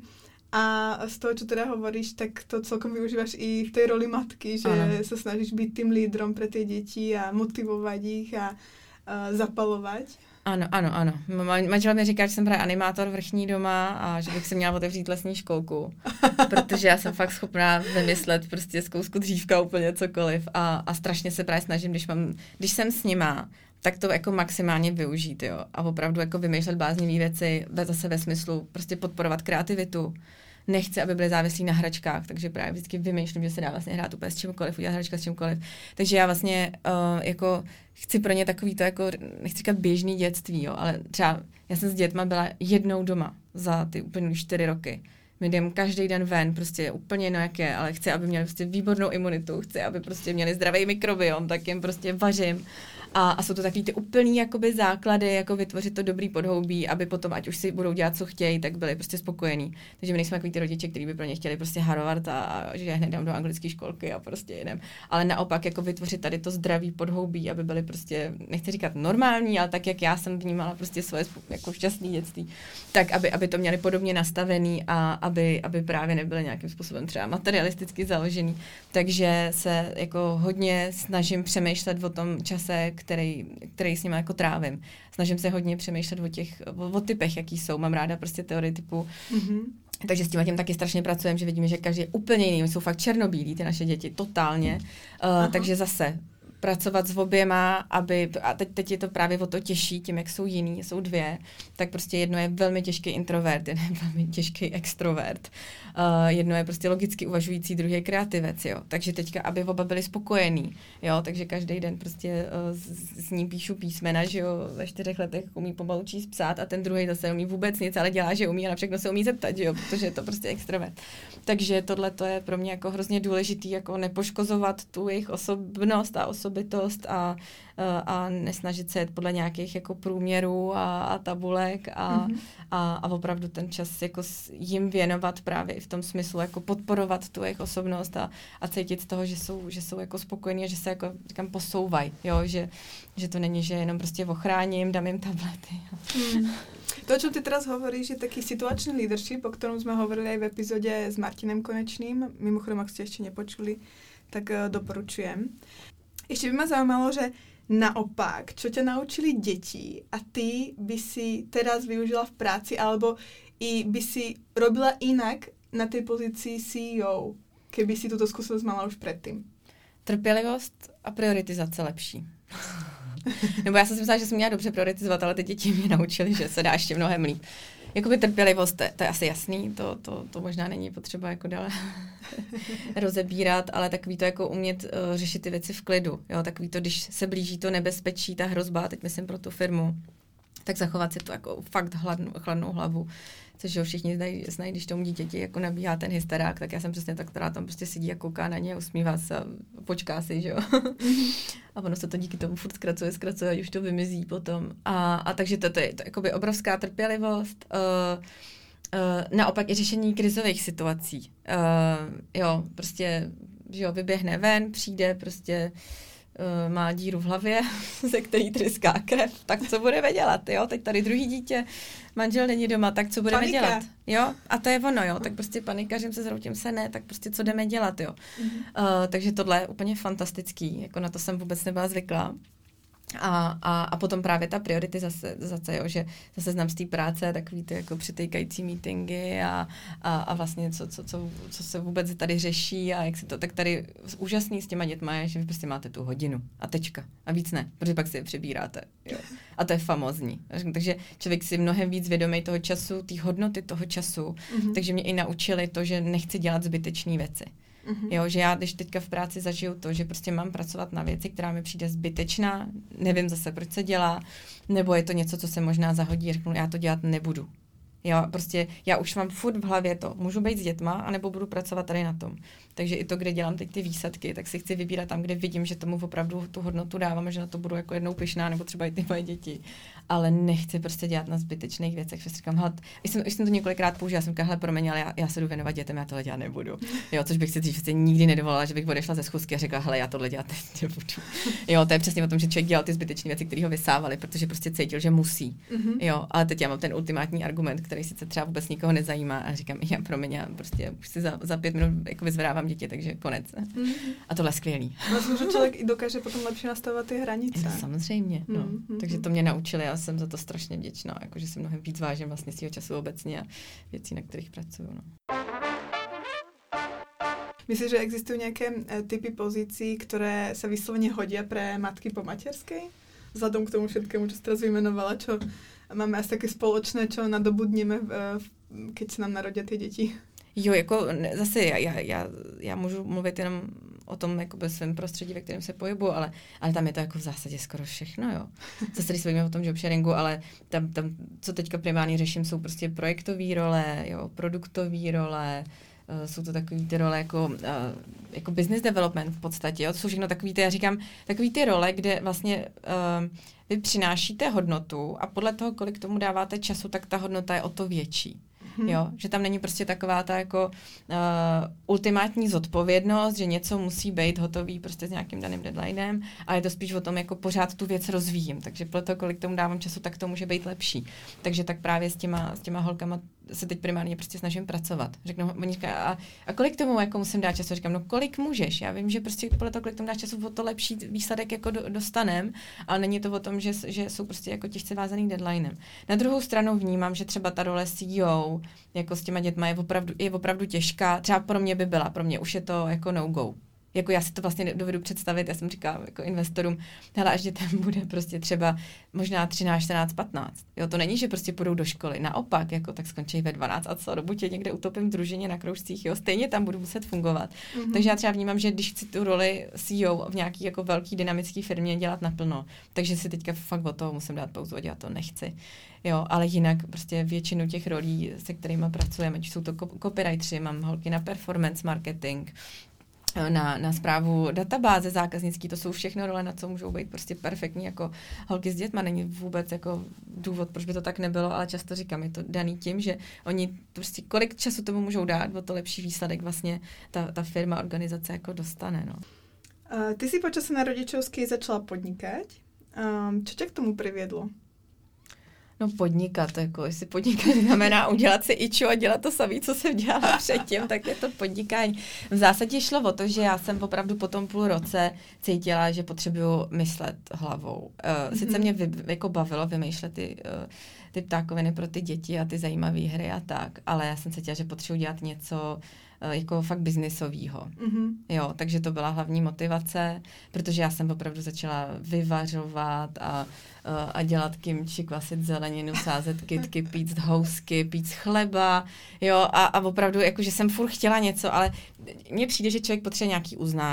A z toho, čo teda hovoríš, tak to celkom využívaš i v tej roli matky, že ano. sa snažíš byť tým lídrom pre tie deti a motivovať ich a uh, zapalovať. Ano, ano, ano. Manžel mi říká, že jsem právě animátor vrchní doma a že bych si měla otevřít lesní školku, protože já jsem fakt schopná vymyslet prostě z kousku dřívka úplně cokoliv a, a strašně se právě snažím, když mám, když jsem s nima, tak to jako maximálně využít, jo. A opravdu jako vymýšlet bláznivý věci, zase ve smyslu prostě podporovat kreativitu. Nechci, aby byly závislí na hračkách, takže právě vždycky vymýšlím, že se dá vlastně hrát úplně s čímkoliv, udělat hračka s čímkoliv. Takže já vlastně uh, jako chci pro ně takový to jako, nechci říkat běžný dětství, jo, ale třeba já jsem s dětma byla jednou doma za ty úplně čtyři roky. My jdem každý den ven, prostě úplně jedno jak je, ale chci, aby měli prostě výbornou imunitu, chci, aby prostě měli zdravý mikrobiom, tak jim prostě vařím. A, a jsou to takový ty úplný jakoby základy, jako vytvořit to dobrý podhoubí, aby potom, ať už si budou dělat, co chtějí, tak byli prostě spokojení. Takže my nejsme takový ty rodiče, kteří by pro ně chtěli prostě Harvard a, a že je hned dám do anglické školky a prostě jedem. Ale naopak jako vytvořit tady to zdravý podhoubí, aby byli prostě, nechci říkat normální, ale tak, jak já jsem vnímala prostě svoje jako šťastný dětství, tak aby, aby to měli podobně nastavený a aby, aby právě nebyly nějakým způsobem třeba materialisticky založený. Takže se jako hodně snažím přemýšlet o tom čase, který, který s nimi jako trávím. Snažím se hodně přemýšlet o těch, o, o typech, jaký jsou. Mám ráda prostě teorii typu. Mm-hmm. Takže s tím tím taky strašně pracujeme, že vidíme, že každý je úplně jiný. Jsou fakt černobílí, ty naše děti, totálně. Uh, takže zase pracovat s oběma, aby, a teď, teď je to právě o to těžší, tím, jak jsou jiný, jsou dvě, tak prostě jedno je velmi těžký introvert, jeden je velmi těžký extrovert. Uh, jedno je prostě logicky uvažující, druhý je kreativec, jo. Takže teďka, aby oba byli spokojení, jo, takže každý den prostě uh, s, s ní píšu písmena, že jo, ve čtyřech letech umí pomalu číst, psát a ten druhý zase umí vůbec nic, ale dělá, že umí a na všechno se umí zeptat, že jo, protože je to prostě extrovert. Takže tohle to je pro mě jako hrozně důležitý, jako nepoškozovat tu jejich osobnost a osobitost a, a nesnažit se jet podle nějakých jako průměrů a, a tabulek a, mm-hmm. a, a opravdu ten čas jako jim věnovat právě i v tom smyslu jako podporovat tu jejich osobnost a, a cítit z toho, že jsou, že jsou jako spokojení a že se jako říkám posouvají, jo, že, že to není, že jenom prostě ochráním, dám jim tablety. Mm. To, čo ty teraz hovoríš, je taký situačný leadership, o ktorom sme hovorili aj v epizóde s Martinem Konečným. Mimochodom, ak ste ešte nepočuli, tak uh, doporučujem. Ešte by ma zaujímalo, že naopak, čo ťa naučili deti a ty by si teraz využila v práci, alebo i by si robila inak na tej pozícii C E O, keby si túto skúsenosť mala už predtým? Trpělivost a prioritizace lepší. Nebo já jsem si myslela, že jsem měla dobře prioritizovat, ale ty děti mě naučili, že se dá ještě mnohem líp. Jakoby trpělivost, to, to je asi jasný, to, to, to možná není potřeba jako dále rozebírat, ale takový to jako umět uh, řešit ty věci v klidu. Jo, takový to, když se blíží to nebezpečí, ta hrozba, teď myslím pro tu firmu, tak zachovat si to jako fakt hladnou, chladnou hlavu. Což jo, všichni znají, znají, když tomu dítěti jako nabíhá ten hysterák, tak já jsem přesně ta, která tam prostě sedí a kouká na ně, usmívá se a počká si, že jo. a ono se to díky tomu furt zkracuje, zkracuje, ať už to vymizí potom. A, a takže to, to je to, jakoby obrovská trpělivost. Uh, uh, naopak i řešení krizových situací. Uh, jo, prostě, že jo, vyběhne ven, přijde, prostě uh, má díru v hlavě, ze který tryská krev, tak co budeme dělat, jo? Teď tady druhý dítě, manžel není doma, tak co budeme Panika. dělat? Jo? A to je ono, jo? Tak prostě panikařím se, zroutím se, ne, tak prostě co jdeme dělat, jo? Mm-hmm. Uh, takže tohle je úplně fantastický, jako na to jsem vůbec nebyla zvyklá. A, a, a potom právě ta prioritizace, jo, že zase znám z té práce takový ty jako přitýkající meetingy a, a, a vlastně co, co, co, co se vůbec tady řeší a jak se to, tak tady úžasný s těma dětma je, že vy prostě máte tu hodinu a tečka a víc ne, protože pak si je přebíráte, jo. A to je famózní. Takže člověk si mnohem víc vědomý toho času, té hodnoty toho času, mm-hmm. takže mě i naučili to, že nechci dělat zbytečné věci. Mm-hmm. Jo, že já, když teďka v práci zažiju to, že prostě mám pracovat na věci, která mi přijde zbytečná, nevím zase, proč se dělá, nebo je to něco, co se možná zahodí, řeknu, já to dělat nebudu. Jo, prostě já už mám furt v hlavě to, můžu být s dětma, anebo budu pracovat tady na tom. Takže i to, kde dělám teď ty výsadky, tak si chci vybírat tam, kde vidím, že tomu opravdu tu hodnotu dávám, že na to budu jako jednou pyšná, nebo třeba i ty moje děti. Ale nechci prostě dělat na zbytečných věcech, že si říkám, hele, jsem, jsem to několikrát použila, jsem říkala, hele, promiň, ale já, já se jdu věnovat dětem, já tohle dělat nebudu. Jo, což bych si dřív nikdy nedovolila, že bych odešla ze schůzky a řekla, hele, já tohle dělat nebudu. Jo, to je přesně o tom, že člověk dělal ty zbytečné věci, které ho vysávaly, protože prostě cítil, že musí. Mm-hmm. Jo, ale teď já mám ten ultimátní argument, který sice třeba vůbec nikoho nezajímá a říkám, já promiň, já prostě už si za, za pět minut jako vyzvedávám děti, takže konec. Mm-hmm. A tohle je skvělý. Vlastně, že člověk i dokáže potom lepší nastavovat ty hranice. No, samozřejmě, no. Mm-hmm. Takže to mě naučili a jsem za to strašně vděčná, jakože si mnohem víc vážím vlastně svýho času obecně a věcí, na kterých pracuju. No. Myslíš, že existují nějaké typy pozicí, které se vyslovene hodia pre matky po materskej? Vzhľadom k tomu všetkému, čo si teraz vymenovala, čo máme asi také spoločné, čo nadobudneme, keď se nám narodia ty děti. Jo, jako zase já, já, já, já můžu mluvit jenom o tom jako ve svém prostředí, ve kterém se pohybuju, ale, ale tam je to jako v zásadě skoro všechno, jo. Zase když se bavíme o tom jobsharingu, ale tam, tam, co teďka primárně řeším, jsou prostě projektové role, jo, produktové role, uh, jsou to takový ty role jako, uh, jako business development v podstatě, jo. To jsou všechno takový ty, já říkám, takový ty role, kde vlastně uh, vy přinášíte hodnotu a podle toho, kolik tomu dáváte času, tak ta hodnota je o to větší. Hmm. Jo, že tam není prostě taková ta jako uh, ultimátní zodpovědnost, že něco musí být hotový prostě s nějakým daným deadlinem, ale je to spíš o tom, jako pořád tu věc rozvíjím, takže podle toho, kolik tomu dávám času, tak to může být lepší. Takže tak právě s těma, s těma holkama se teď primárně prostě snažím pracovat. Řeknu, oni říkají, a, a kolik tomu jako musím dát času? Říkám, no kolik můžeš? Já vím, že prostě podle toho, kolik tomu dáš času, o to lepší výsledek jako do, dostanem, ale není to o tom, že, že jsou prostě jako těžce vázaný deadlinem. Na druhou stranu vnímám, že třeba ta role C E O jako s těma dětma je opravdu, je opravdu těžká. Třeba pro mě by byla, pro mě už je to jako no-go. Jako já si to vlastně dovedu představit, já jsem říkala jako investorům, hele, až dětem bude prostě třeba možná třináct, čtrnáct, patnáct. Jo, to není, že prostě půjdou do školy. Naopak, jako tak skončí ve dvanáct a co, dobu tě někde utopím v družině na kroužcích, jo, stejně tam budu muset fungovat. Mm-hmm. Takže já třeba vnímám, že když chci tu roli C E O v nějaký jako velký dynamický firmě dělat naplno, takže si teďka fakt od toho musím dát pauzu a dělat to nechci. Jo, ale jinak prostě většinu těch rolí, se kterými pracujeme, ať jsou to copywriteri, mám holky na performance marketing, na, na správu databáze zákaznický, to jsou všechno role, na co můžou být prostě perfektní jako holky s dětma, není vůbec jako důvod, proč by to tak nebylo, ale často říkám, je to daný tím, že oni prostě kolik času tomu můžou dát, o to lepší výsledek vlastně ta, ta firma, organizace jako dostane, no. Uh, ty si počas na rodičovskej začala podnikať. Um, čo ťa k tomu priviedlo? No podnikat, jako jestli podnikat znamená udělat si iču a dělat to samé, co jsem dělala předtím, tak je to podnikání. V zásadě šlo o to, že já jsem opravdu po tom půl roce cítila, že potřebuju myslet hlavou. Uh, sice mě vy, jako bavilo vymýšlet ty, uh, ty ptákoviny pro ty děti a ty zajímavé hry a tak, ale já jsem cítila, že potřebuji dělat něco jako fakt biznisovýho. Mm-hmm. Jo, takže to byla hlavní motivace, protože já jsem opravdu začala vyvařovat a, a dělat kimči, kvasit zeleninu, sázet kytky, pít housky, pít chleba, jo, a, a opravdu, jakože jsem furt chtěla něco, ale mně přijde, že člověk potřebuje nějaký uznání.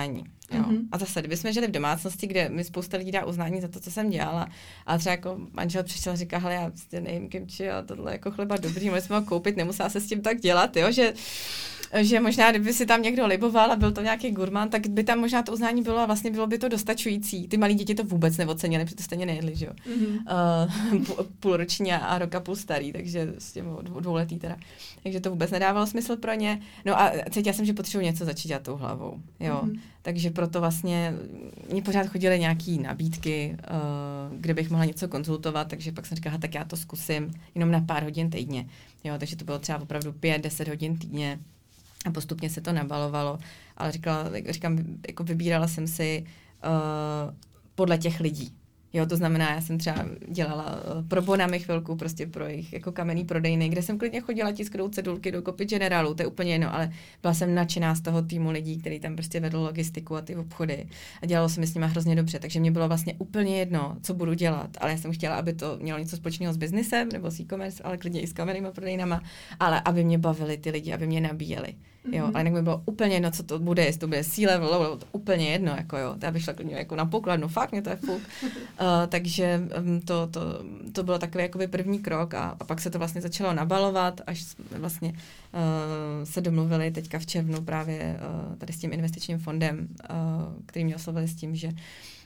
Jo. Mm-hmm. A zase, kdybychom žili v domácnosti, kde mi spousta lidí dá uznání za to, co jsem dělala, a třeba jako manžel přišel a říká, hele, já prostě nejím kimči a tohle jako chleba dobrý, mohli jsme ho koupit, nemusela se s tím tak dělat, jo, že že možná, kdyby si tam někdo liboval a byl to nějaký gurmán, tak by tam možná to uznání bylo a vlastně bylo by to dostačující. Ty malí děti to vůbec neocenili, protože to stejně nejedli, že jo. Mm-hmm. Uh, půlroční a rok a půl starý, takže s tím dvouletý teda. Takže to vůbec nedávalo smysl pro ně. No a cítila jsem, že potřebuji něco začít dělat tou hlavou, jo. Mm-hmm. Takže proto vlastně mě pořád chodily nějaký nabídky, uh, kde bych mohla něco konzultovat, takže pak jsem říkala, tak já to zkusím jenom na pár hodin týdně. Jo, takže to bylo třeba opravdu pět, deset hodin týdně. A postupně se to nabalovalo, ale říkala, říkám, jako vybírala jsem si uh, podle těch lidí. Jo, to znamená, já jsem třeba dělala uh, pro Bonami chvilku, prostě pro jejich jako kamenný prodejny, kde jsem klidně chodila tisknout cedulky do Copy Generalu, to je úplně jedno, ale byla jsem nadšená z toho týmu lidí, který tam prostě vedl logistiku a ty obchody a dělalo se mi s nimi hrozně dobře, takže mě bylo vlastně úplně jedno, co budu dělat, ale já jsem chtěla, aby to mělo něco společného s biznesem nebo s e-commerce, ale klidně i s kamennýma prodejnama, ale aby mě bavili ty lidi, aby mě nabíjeli. Jo, mm-hmm. ale jinak mi bylo úplně jedno, co to bude, jestli to bude C-level, low, to úplně jedno, jako jo, to já bych šla klidně jako na pokladnu, fakt mě to je fuk. uh, takže um, to, to, to bylo takový jakoby první krok a, a pak se to vlastně začalo nabalovat, až vlastně uh, se domluvili teďka v červnu právě uh, tady s tím investičním fondem, uh, který mě oslovili s tím, že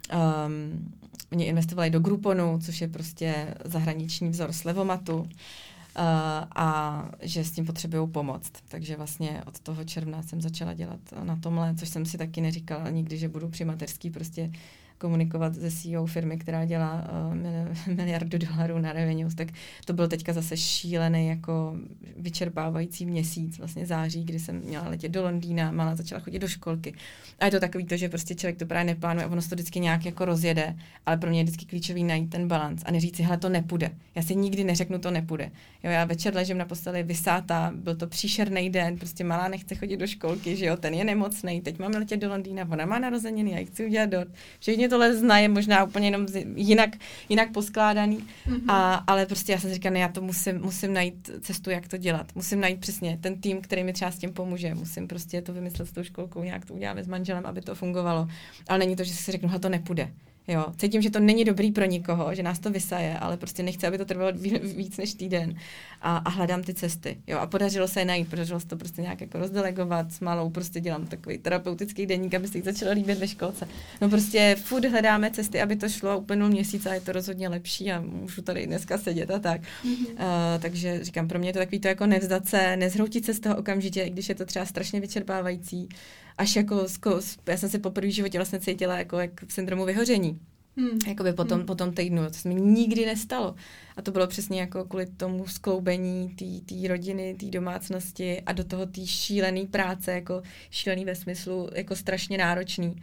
um, oni investovali do Grouponu, což je prostě zahraniční vzor slevomatu, Uh, a že s tím potřebují pomoct. Takže vlastně od toho června jsem začala dělat na tomhle, což jsem si taky neříkala nikdy, že budu při mateřský prostě komunikovat se C E O firmy, která dělá uh, miliardu dolarů na revenues, tak to byl teďka zase šílený jako vyčerpávající měsíc, vlastně září, kdy jsem měla letět do Londýna, malá začala chodit do školky. A je to takový to, že prostě člověk to právě neplánuje a ono se to vždycky nějak jako rozjede, ale pro mě je vždycky klíčový najít ten balans a neříct si, hele, to nepůjde. Já si nikdy neřeknu, to nepůjde. Jo, já večer ležím na posteli vysátá, byl to příšerný den, prostě malá nechce chodit do školky, že jo, ten je nemocný, teď máme letět do Londýna, ona má narozeniny, já jí chci udělat dort. Všichni tohle znají, možná úplně jenom jinak, jinak poskládaný, mm-hmm. a, ale prostě já jsem říkala, ne, já to musím, musím najít cestu, jak to dělat. Musím najít přesně ten tým, který mi třeba s tím pomůže. Musím prostě to vymyslet s tou školkou, nějak to uděláme s manželem, aby to fungovalo. Ale není to, že si řeknu, to nepůjde. Jo, cítím, že to není dobrý pro nikoho, že nás to vysaje, ale prostě nechci, aby to trvalo víc než týden. A, a hledám ty cesty. Jo, a podařilo se je najít, podařilo se to prostě nějak jako rozdelegovat s malou, prostě dělám takový terapeutický deník, aby se jí začalo líbit ve školce. No prostě furt hledáme cesty, aby to šlo, uplynul měsíc a je to rozhodně lepší a můžu tady dneska sedět a tak. Mm-hmm. Uh, takže říkám, pro mě je to takový to jako nevzdat se, nezhroutit se z toho okamžitě, i když je to třeba strašně vyčerpávající. Až jako, já jsem se poprvé v životě vlastně cítila jako jak v syndromu vyhoření. Hmm. Jakoby po tom, hmm. po tom týdnu, to se mi nikdy nestalo. A to bylo přesně jako kvůli tomu skloubení té rodiny, té domácnosti a do toho té šílené práce, jako šílený ve smyslu, jako strašně náročný. Uh,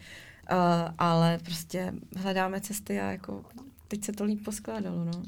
ale prostě hledáme cesty a jako teď se to líp poskládalo, no.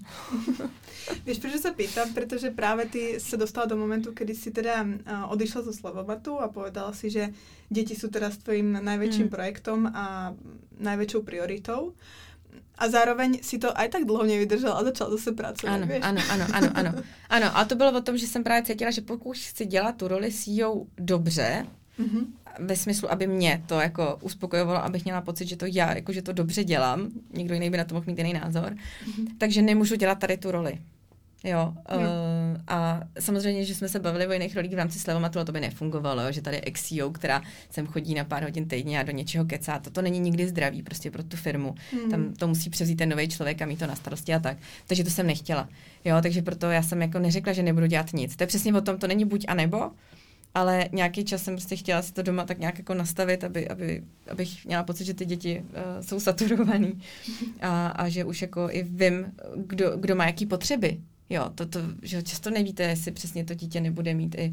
Víš, proč se pýtam? Protože právě ty se dostala do momentu, kdy si teda uh, odišla zo Slevomatu a povedala si, že děti jsou teda s tvojím největším hmm. projektom a největšou prioritou. A zároveň si to aj tak dlouho nevydržel a začal zase pracovat, ano, víš? Ano, ano, ano, ano. Ano, a to bylo o tom, že jsem právě cítila, že pokud chci dělat tu roli C E O dobře, mm-hmm. ve smyslu, aby mě to jako uspokojovalo, abych měla pocit, že to já, jako že to dobře dělám, někdo jiný by na to mohl mít jiný názor, mm-hmm. takže nemůžu dělat tady tu roli. Jo, hmm. uh, a samozřejmě, že jsme se bavili o jiných rolích v rámci Slevomatu, ale to by nefungovalo, jo, že tady je ex-C E O, která sem chodí na pár hodin týdně a do něčeho kecá, to, to není nikdy zdravý prostě pro tu firmu. Hmm. Tam to musí převzít ten nový člověk a mít to na starosti a tak. Takže to jsem nechtěla. Jo, takže proto já jsem jako neřekla, že nebudu dělat nic. To je přesně o tom, to není buď a nebo, ale nějaký čas jsem prostě chtěla si to doma tak nějak jako nastavit, aby, aby, abych měla pocit, že ty děti uh, jsou saturovaný a, a že už jako i vím, kdo, kdo má jaký potřeby. Jo, to, to, že často nevíte, jestli přesně to dítě nebude mít i,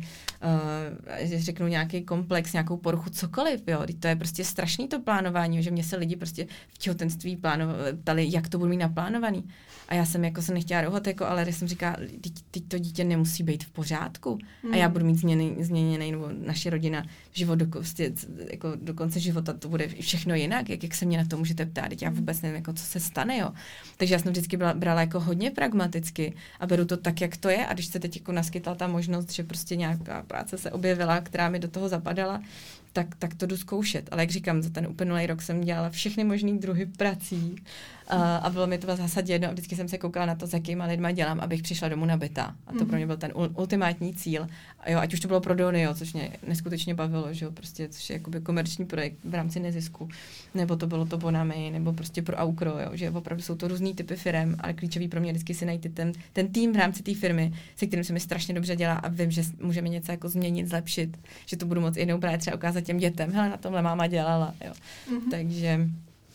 uh, že řeknu nějaký komplex, nějakou poruchu, cokoliv, jo. To je prostě strašný to plánování, že mě se lidi prostě v těhotenství ptali, jak to budu mít naplánovaný. A já jsem jako se nechtěla rohat, jako, ale jsem říkala, teď to dítě nemusí být v pořádku. Hmm. A já budu mít změněný, změněný nebo naše rodina, život do, prostě, jako do konce života, to bude všechno jinak, jak, jak se mě na to můžete ptát, teď já vůbec nevím, jako, co se stane, jo. Takže já jsem vždycky brala, brala jako hodně pragmaticky a beru to tak, jak to je, a když se teď jako naskytla ta možnost, že prostě nějaká práce se objevila, která mi do toho zapadala, tak, tak to jdu zkoušet. Ale jak říkám, za ten uplynulý rok jsem dělala všechny možný druhy prací a, a bylo mi to v zásadě jedno. Vždycky jsem se koukala na to, s jakýma lidma dělám, abych přišla domů nabitá. A to mm. pro mě byl ten ultimátní cíl. A jo, ať už to bylo pro Donio, což mě neskutečně bavilo, že jo, prostě, což je jakoby komerční projekt v rámci nezisku, nebo to bylo to Bonami, nebo prostě pro Aukro, jo, že opravdu jsou to různý typy firem, ale klíčový pro mě vždycky si najít ten, ten tým v rámci té firmy, se kterým se mi strašně dobře dělá a vím, že můžeme něco jako změnit, zlepšit, že to budu moct jednou právě třeba ukázat těm dětem, hele, na tomhle máma dělala, jo. Mm-hmm. Takže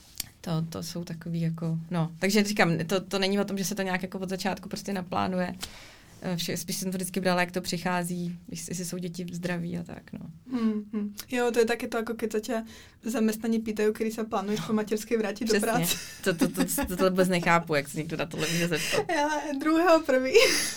to, to jsou takový jako, no, takže říkám, to, to není o tom, že se to nějak jako od začátku prostě naplánuje. Vše, spíš jsem to vždycky brala, jak to přichází, jestli jsou děti zdraví a tak, no. Hmm, hmm. Jo, to je taky to, jako keď sa ťa zamestnaní pýtajú, kedy sa plánuješ po materskej vrátiť do práce. To, to, to, to, to vůbec nechápu, jak se někdo na tohle může zeptat. Ale druhého prvý.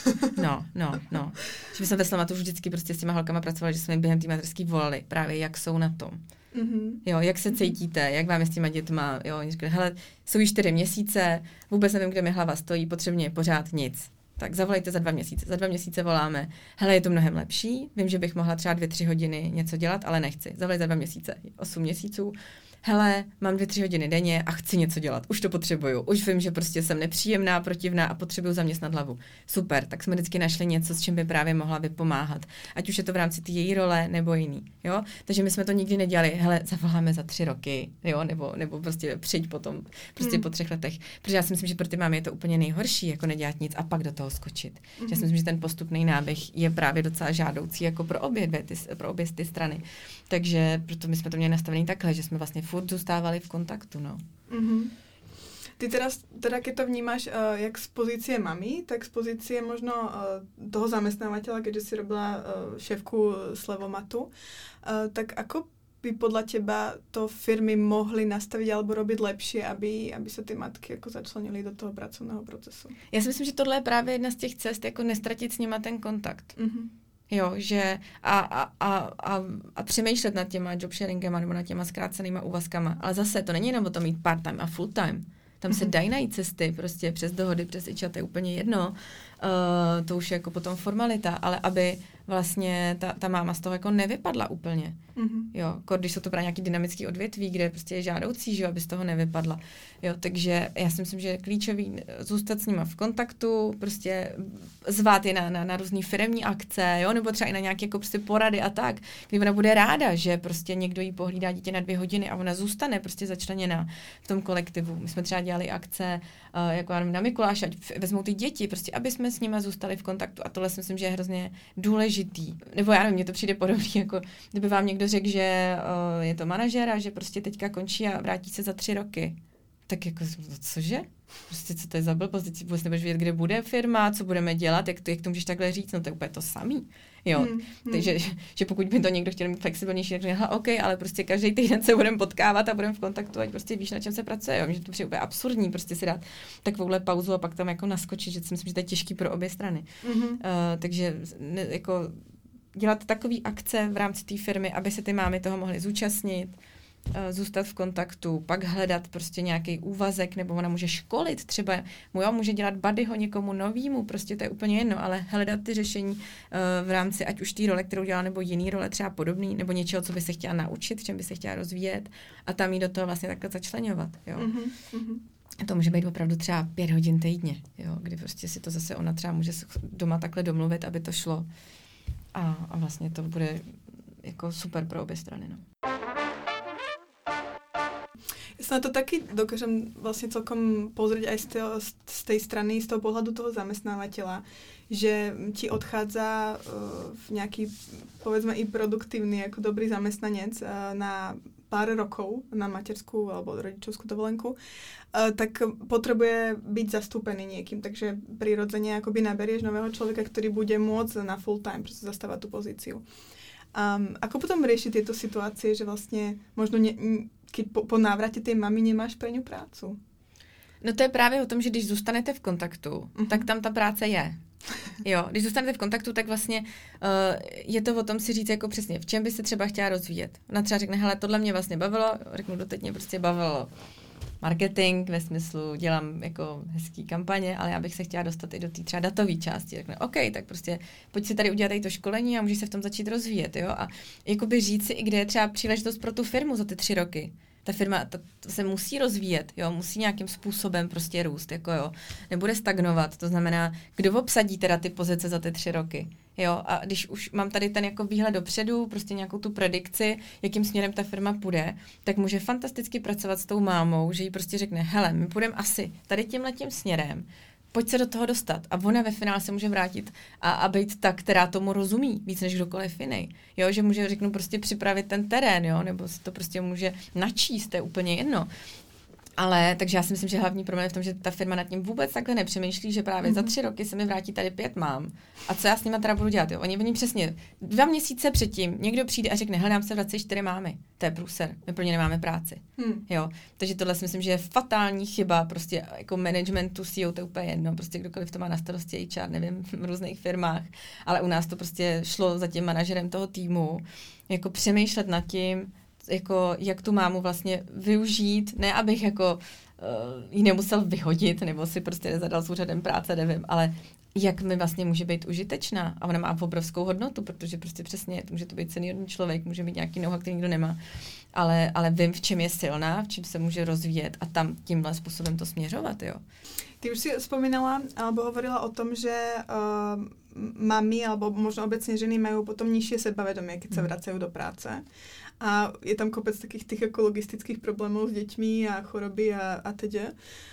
No, no, no. Že my jsme ve Slamatu už vždycky prostě s těma holkama pracovali, že jsme během té materský volali právě, jak jsou na tom. Mm-hmm. Jo, jak se cítíte, jak vám je s těma dětma, jo, oni říkali, hele, jsou jí čtyři měsíce, vůbec nevím, kde mi hlava stojí, potřebně pořád nic. Tak zavolejte za dva měsíce. Za dva měsíce voláme, hele, je to mnohem lepší, vím, že bych mohla třeba dvě, tři hodiny něco dělat, ale nechci. Zavolejte za dva měsíce, osm měsíců. Hele, mám dvě, tři hodiny denně a chci něco dělat. Už to potřebuju. Už vím, že prostě jsem nepříjemná, protivná a potřebuju zaměstnat hlavu. Super, tak jsme vždycky našli něco, s čím by právě mohla vypomáhat. Ať už je to v rámci té její role nebo jiný. Jo? Takže my jsme to nikdy nedělali. Hele, zavoláme za tři roky, jo? Nebo, nebo prostě přijď potom, prostě hmm. po třech letech. Protože já si myslím, že pro ty mámy je to úplně nejhorší, jako nedělat nic a pak do toho skočit. Hmm. Já si myslím, že ten postupný náběh je právě docela žádoucí jako pro obě, dvě, ty, pro obě ty strany. Takže proto my jsme to měli nastavený takhle, že jsme vlastně furt zůstávali v kontaktu, no. Mm-hmm. Ty teraz, teda keď to vnímaš uh, jak z pozície mamy, tak z pozície možno uh, toho zamestnávateľa, keďže si robila uh, šéfku Slevomatu, uh, tak ako by podľa teba to firmy mohli nastaviť alebo robiť lepšie, aby, aby sa ty matky jako začlenili do toho pracovného procesu? Já si myslím, že tohle je právě jedna z těch cest, jako nestratit s nima ten kontakt. Mm-hmm. Jo, že a, a, a, a, a přemýšlet nad těma jobsharingama nebo nad těma zkrácenýma úvazkama. Ale zase to není jenom o tom mít part-time a full-time. Tam se dají najít cesty, prostě přes dohody, přes I Č A, to je úplně jedno. Uh, to už je jako potom formalita, ale aby vlastně ta, ta máma z toho jako nevypadla úplně. Mm-hmm. Jo, když jsou to právě nějaký dynamický odvětví, kde prostě je žádoucí, že aby z toho nevypadla. Jo, takže já si myslím, že je klíčový zůstat s nima v kontaktu, prostě zvát je na, na, na různý firemní akce, jo, nebo třeba i na nějaké jako prostě porady a tak, kdy ona bude ráda, že prostě někdo jí pohlídá dítě na dvě hodiny a ona zůstane prostě začleněná v tom kolektivu. My jsme třeba dělali akce uh, jako na Mikuláš, ať vezmou ty děti, prostě aby jsme s nima zůstali v kontaktu a tohle si myslím, že je hrozně důležitý. Nebo já nevím, mně to přijde podobný, jako kdyby vám někdo řekl, že uh, je to manažer a že prostě teďka končí a vrátí se za tři roky. Tak jako, cože? Prostě co to je za blbost, teď vůbec nebudeš vědět, kde bude firma, co budeme dělat, jak to, jak to můžeš takhle říct, no to je úplně to samý. Jo, hmm, hmm. Takže že pokud by to někdo chtěl mít flexibilnější, tak řekne, OK, ale prostě každý týden se budeme potkávat a budeme v kontaktu, ať prostě víš, na čem se pracuje. Jo, že to přijde úplně absurdní, prostě si dát takovouhle pauzu a pak tam jako naskočit, že si myslím, že to je těžký pro obě strany. Hmm. Uh, takže ne, jako dělat takové akce v rámci té firmy, aby se ty mámy toho mohly zúčastnit, zůstat v kontaktu, pak hledat prostě nějaký úvazek, nebo ona může školit, třeba jo, může dělat buddyho někomu novýmu, prostě to je úplně jedno, ale hledat ty řešení uh, v rámci ať už té role, kterou dělá, nebo jiný role, třeba podobný, nebo něčeho, co by se chtěla naučit, v čem by se chtěla rozvíjet a tam jí do toho vlastně takhle začleňovat, jo. Mm-hmm. A to může být opravdu třeba pět hodin týdně, jo, kdy prostě si to zase ona třeba může doma takhle domluvit, aby to šlo a, a vlastně to bude jako super pro obě strany, no. Ja sa na to taky dokážem vlastne celkom pozrieť aj z, tej, z tej strany, z toho pohľadu toho zamestnávateľa, že ti odchádza uh, v nejaký, povedzme, i produktívny, ako dobrý zamestnanec uh, na pár rokov na materskú alebo rodičovskú dovolenku, uh, tak potrebuje byť zastúpený niekým. Takže prirodzene akoby naberieš nového človeka, ktorý bude môcť na full time proste zastávať tú pozíciu. Um, ako potom riešiť tieto situácie, že vlastne možno ne, keď po, po návrate tej mamy nemáš pre ňu prácu? No to je právě o tom, že když zůstanete v kontaktu, uh-huh. tak tam ta práce je. Jo, když zůstanete v kontaktu, tak vlastně uh, je to o tom si říct jako přesně, v čem by se třeba chtěla rozvíjet. Ona třeba řekne, hele, tohle mě vlastně bavilo, řeknu, doteď mě prostě bavilo marketing, ve smyslu dělám jako hezký kampaně, ale já bych se chtěla dostat i do té třeba datové části. Řekne, OK, tak prostě pojď si tady udělat tady to školení a můžeš se v tom začít rozvíjet, jo? A jakoby říct si, i kde je třeba příležitost pro tu firmu za ty tři roky. Ta firma ta, ta se musí rozvíjet, jo, musí nějakým způsobem prostě růst, jako jo, nebude stagnovat, to znamená, kdo obsadí teda ty pozice za ty tři roky, jo, a když už mám tady ten jako výhled dopředu, prostě nějakou tu predikci, jakým směrem ta firma půjde, tak může fantasticky pracovat s tou mámou, že jí prostě řekne, hele, my půjdeme asi tady tímhletím směrem, pojď se do toho dostat. A ona ve finále se může vrátit a, a být ta, která tomu rozumí víc než kdokoliv jiný. Jo, že může, řeknu, prostě připravit ten terén, jo, nebo si to prostě může načíst, to je úplně jedno. Ale, takže já si myslím, že hlavní problém je v tom, že ta firma nad tím vůbec takhle nepřemýšlí, že právě mm-hmm. za tři roky se mi vrátí tady pět mám. A co já s nima teda budu dělat? Jo? Oni, oni přesně dva měsíce předtím někdo přijde a řekne, hele, nám se vrací čtyři mámy. To je průser. My pro ně nemáme práci. Mm. Jo? Takže tohle si myslím, že je fatální chyba prostě jako managementu C E O, to je úplně jedno. Prostě kdokoliv to má na starosti H R, nevím, v různých firmách. Ale u nás to prostě šlo za tím manažerem toho týmu. Jako přemýšlet nad tím, jako jak tu mámu vlastně využít, ne abych jako uh, ji nemusel vyhodit, nebo si prostě nezadal s úřadem práce, nevím, ale jak mi vlastně může být užitečná. A ona má obrovskou hodnotu, protože prostě přesně může to být seniorní člověk, může mít nějaký know-how, který nikdo nemá, ale, ale vím, v čem je silná, v čem se může rozvíjet a tam tímhle způsobem to směřovat, jo. Ty už si spomínala, alebo hovorila o tom, že uh, mami, alebo možno obecne ženy majú potom nižšie sebavedomie, keď sa vracajú do práce. A je tam kopec takých tých ekologistických problémov s deťmi a choroby a, a teda.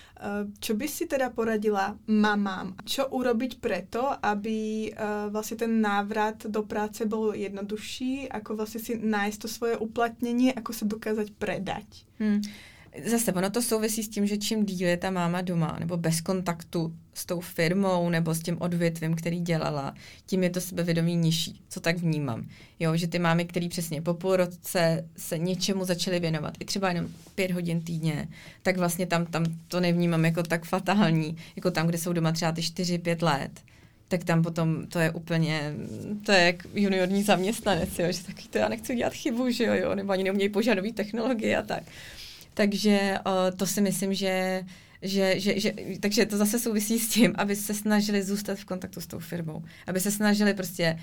Čo by si teda poradila mamám? Čo urobiť preto, aby uh, vlastne ten návrat do práce bol jednodušší, ako vlastne si nájsť to svoje uplatnenie, ako sa dokázať predať? Hmm. Zase, ono to souvisí s tím, že čím díl je ta máma doma, nebo bez kontaktu s tou firmou, nebo s tím odvětvím, který dělala, tím je to sebevědomí nižší, co tak vnímám. Jo, že ty mámy, který přesně po půl roce se něčemu začaly věnovat, i třeba jenom pět hodin týdně, tak vlastně tam, tam to nevnímám jako tak fatální, jako tam, kde jsou doma třeba ty čtyři, pět let. Tak tam potom to je úplně, to je jak juniorní zaměstnanec, jo, že takový to já nechci dělat chybu, že jo, jo, nebo ani neumějí používat nový technologie a tak. Takže o, to si myslím, že, že, že, že, takže to zase souvisí s tím, aby se snažili zůstat v kontaktu s tou firmou, aby se snažili prostě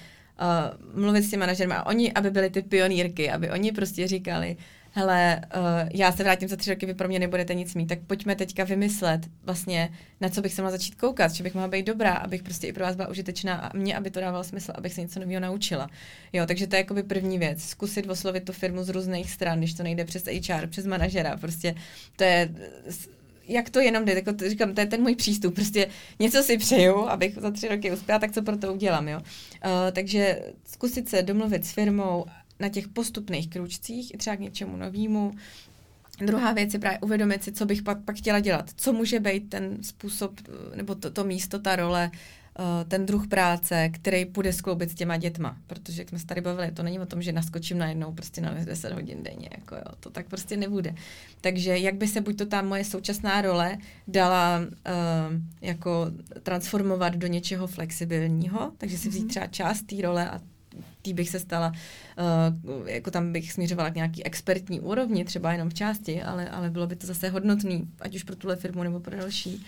uh, mluvit s těmi manažermi a oni, aby byli ty pionýrky, aby oni prostě říkali, hele, uh, já se vrátím za tři roky, vy pro mě nebudete nic mít, tak pojďme teďka vymyslet vlastně, na co bych se mohla začít koukat, že bych mohla být dobrá, abych prostě i pro vás byla užitečná a mě, aby to dávalo smysl, abych se něco nového naučila. Jo, takže to je jakoby první věc, zkusit oslovit tu firmu z různých stran, když to nejde přes H R, přes manažera, prostě to je, jak to jenom jde, jako to, říkám, to je ten můj přístup, prostě něco si přeju, abych za tři roky uspěla, tak co pro to udělám, jo. Uh, takže zkusit se domluvit s firmou na těch postupných krůčcích, i třeba k něčemu novému. Druhá věc je právě uvědomit si, co bych pak, pak chtěla dělat. Co může být ten způsob, nebo to, to místo, ta role, ten druh práce, který půjde skloubit s těma dětma. Protože, jak jsme se tady bavili, to není o tom, že naskočím najednou prostě na deset hodin denně. Jako jo, to tak prostě nebude. Takže jak by se buď to ta moje současná role dala uh, jako transformovat do něčeho flexibilního, takže si vzít třeba část té role a tý bych se stala, uh, jako tam bych směřovala k nějaký expertní úrovni, třeba jenom v části, ale, ale bylo by to zase hodnotný, ať už pro tuhle firmu nebo pro další.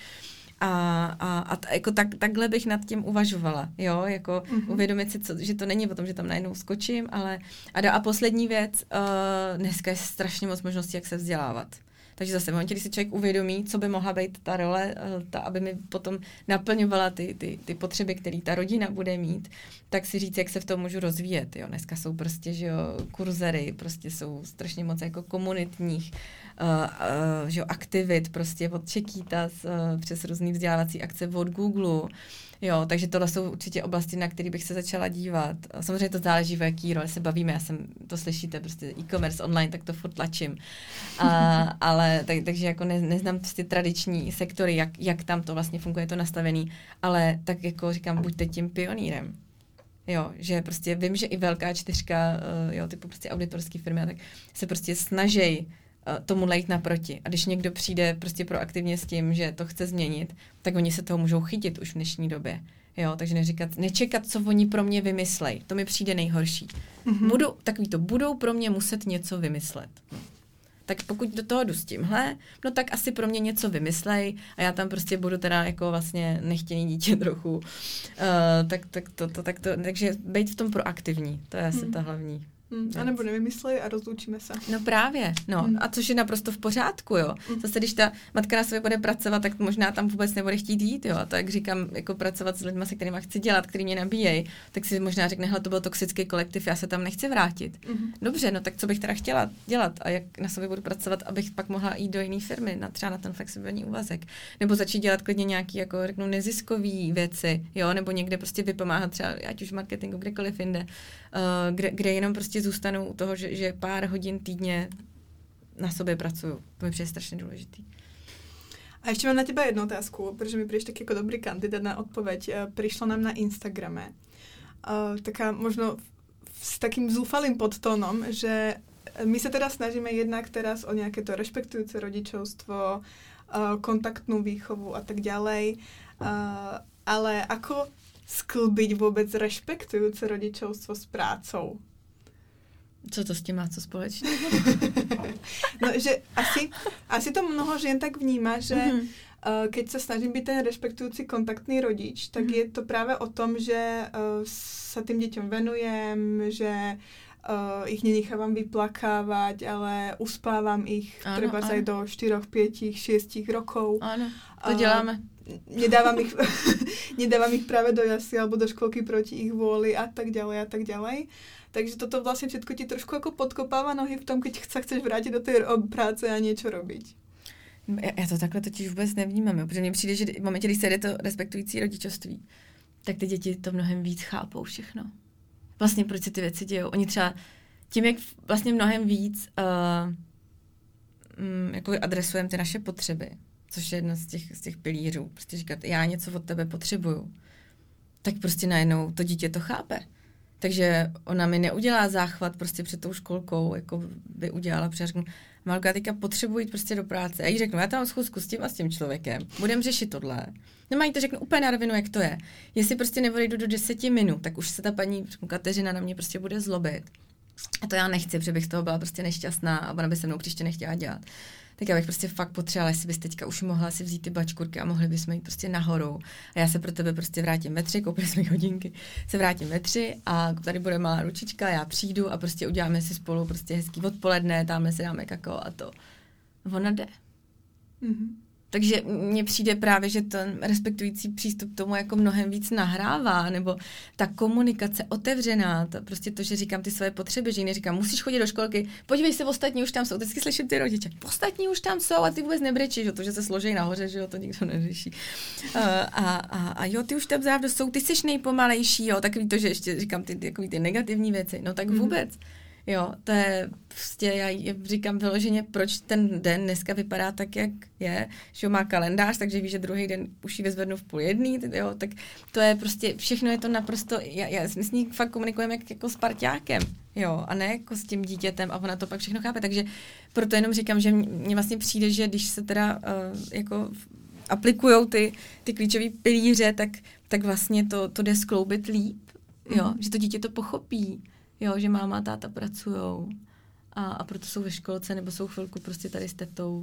A, a, a t- jako tak, takhle bych nad tím uvažovala, jo, jako mm-hmm. uvědomit si, co, že to není o tom, že tam najednou skočím, ale a, da, a poslední věc, uh, dneska je strašně moc možností, jak se vzdělávat. Takže zase v momentě, když si člověk uvědomí, co by mohla být ta role, ta, aby mi potom naplňovala ty, ty, ty potřeby, které ta rodina bude mít, tak si říct, jak se v tom můžu rozvíjet. Jo. Dneska jsou prostě, že jo, kurzery, prostě jsou strašně moc jako komunitních uh, uh, že jo, aktivit, prostě od Čekýtas uh, přes různý vzdělávací akce od Google. Jo, takže tohle jsou určitě oblasti, na které bych se začala dívat. Samozřejmě to záleží, v jaký roli se bavíme. Já jsem, to slyšíte, prostě e-commerce online, tak to furt tlačím. A, ale tak, takže jako ne, neznám prostě tradiční sektory, jak, jak tam to vlastně funguje, to nastavený, ale tak jako říkám, buďte tím pionýrem. Jo, že prostě vím, že i velká čtyřka, jo, typu prostě auditorský firmy, tak se prostě snaží tomu lejt naproti. A když někdo přijde prostě proaktivně s tím, že to chce změnit, tak oni se toho můžou chytit už v dnešní době. Jo, takže neříkat, nečekat, co oni pro mě vymyslej. To mi přijde nejhorší. Mm-hmm. Budou, takový to, budou pro mě muset něco vymyslet. tak pokud do toho jdu s tímhle, no tak asi pro mě něco vymyslej a já tam prostě budu teda jako vlastně nechtěný dítě trochu. Uh, tak, tak, to, to, tak to, takže být v tom proaktivní, to je asi hmm. ta hlavní. Hmm, a nebo nevymyslej a rozloučíme se. No právě, no. Hmm. A což je naprosto v pořádku, jo. Hmm. Zase, když ta matka na sobě bude pracovat, tak možná tam vůbec nebude chtít jít, jo. A to, jak říkám, jako pracovat s lidmi, se kterými chci dělat, který mě nabíjejí, tak si možná řekne, hele, to byl toxický kolektiv, já se tam nechci vrátit. Hmm. Dobře, no tak co bych teda chtěla dělat a jak na sobě budu pracovat, abych pak mohla jít do jiné firmy, na třeba na ten flexibilní úvazek. Nebo začít dělat klidně nějaký, jako řeknu, neziskový věci, jo, nebo někde prostě vypomáhat třeba, ať už marketingu, kdekoliv jinde, uh, kde, kde jenom prostě zůstanou u toho, že, že pár hodin týdně na sobě pracuju. To mi přijde strašně důležitý. A ještě mám na teba jednu otázku, protože mi přijdeš tak jako dobrý kandidát na odpověď. Přišla nám na Instagrame uh, taká možno s takým zúfalým podtónom, že my se teda snažíme jednak teraz o nějaké to rešpektujúce rodičovstvo, uh, kontaktnú výchovu a tak ďalej, uh, ale ako sklbiť vůbec rešpektujúce rodičovstvo s prácou? Co to s tím má co společného? No, že asi, asi to mnoho žien tak vníma, že mm-hmm. uh, keď sa snažím byť ten rešpektujúci kontaktný rodič, tak mm-hmm. je to práve o tom, že uh, sa tým deťom venujem, že uh, ich nenechávam vyplakávať, ale uspávam ich treba aj do štyroch, päť, šesť rokov. Áno, to děláme. Uh, nedávam ich, nedávam ich práve do jasy alebo do školky proti ich vôli a tak ďalej a tak ďalej. Takže toto vlastně všetko ti trošku jako podkopává nohy v tom, keď sa chceš vrátit do té práce a něco robiť. Já, já to takhle totiž vůbec nevnímám, jo, protože mně přijde, že v momentě, když se jde to respektující rodičovství, tak ty děti to mnohem víc chápou všechno. Vlastně proč se ty věci dějou. Oni třeba tím, jak vlastně mnohem víc uh, um, jako adresujeme ty naše potřeby, což je jedna z těch, z těch pilířů, prostě říkat, já něco od tebe potřebuju, tak prostě najednou to dítě to chápe. Takže ona mi neudělá záchvat prostě před tou školkou, jako by udělala, protože řeknu, Malko, já teďka potřebuji jít prostě do práce. A jí řeknu, já tam mám schůzku s tím a s tím člověkem, budeme řešit tohle. No mají to řeknu úplně na rovinu, jak to je. Jestli prostě neodejdu do deseti minut, tak už se ta paní řeknu, Kateřina na mě prostě bude zlobit. A to já nechci, protože bych z toho byla prostě nešťastná a ona by se mnou příště nechtěla dělat. Tak já bych prostě fakt potřebovala, jestli bys teďka už mohla si vzít ty bačkurky a mohli bychom jít prostě nahoru. A já se pro tebe prostě vrátím ve tři, koupili jsme hodinky, se vrátím ve tři a tady bude malá ručička, já přijdu a prostě uděláme si spolu prostě hezký odpoledne, tamhle si dáme kakao a to. Ona jde. Mm-hmm. Takže mně přijde právě, že ten respektující přístup tomu jako mnohem víc nahrává, nebo ta komunikace otevřená, to prostě to, že říkám ty své potřeby, že jiný říkám, musíš chodit do školky, podívej se, ostatní už tam jsou, vždycky slyším ty rodiče, ostatní už tam jsou a ty vůbec nebrečíš, že to, že se složí nahoře, že jo, to nikdo neřeší. Uh, a, a, a jo, ty už tam závdu jsou, ty jsi nejpomalejší, jo, takový to, že ještě říkám ty, takový ty negativní věci, no tak vůbec. Mm. Jo, to je prostě, já říkám vyloženě, proč ten den dneska vypadá tak, jak je, že má kalendář, takže ví, že druhý den už ji vyzvednu v půl jedný, jo, tak to je prostě, všechno je to naprosto, já, já s ní fakt komunikujeme jak, jako s parťákem, jo, a ne jako s tím dítětem a ona to pak všechno chápe, takže proto jenom říkám, že mně vlastně přijde, že když se teda uh, jako aplikujou ty, ty klíčové pilíře, tak, tak vlastně to, to jde skloubit líp, jo, mm. že to dítě to pochopí. Jo, že máma a táta pracujou a, a proto jsou ve školce nebo jsou chvilku prostě tady s tetou.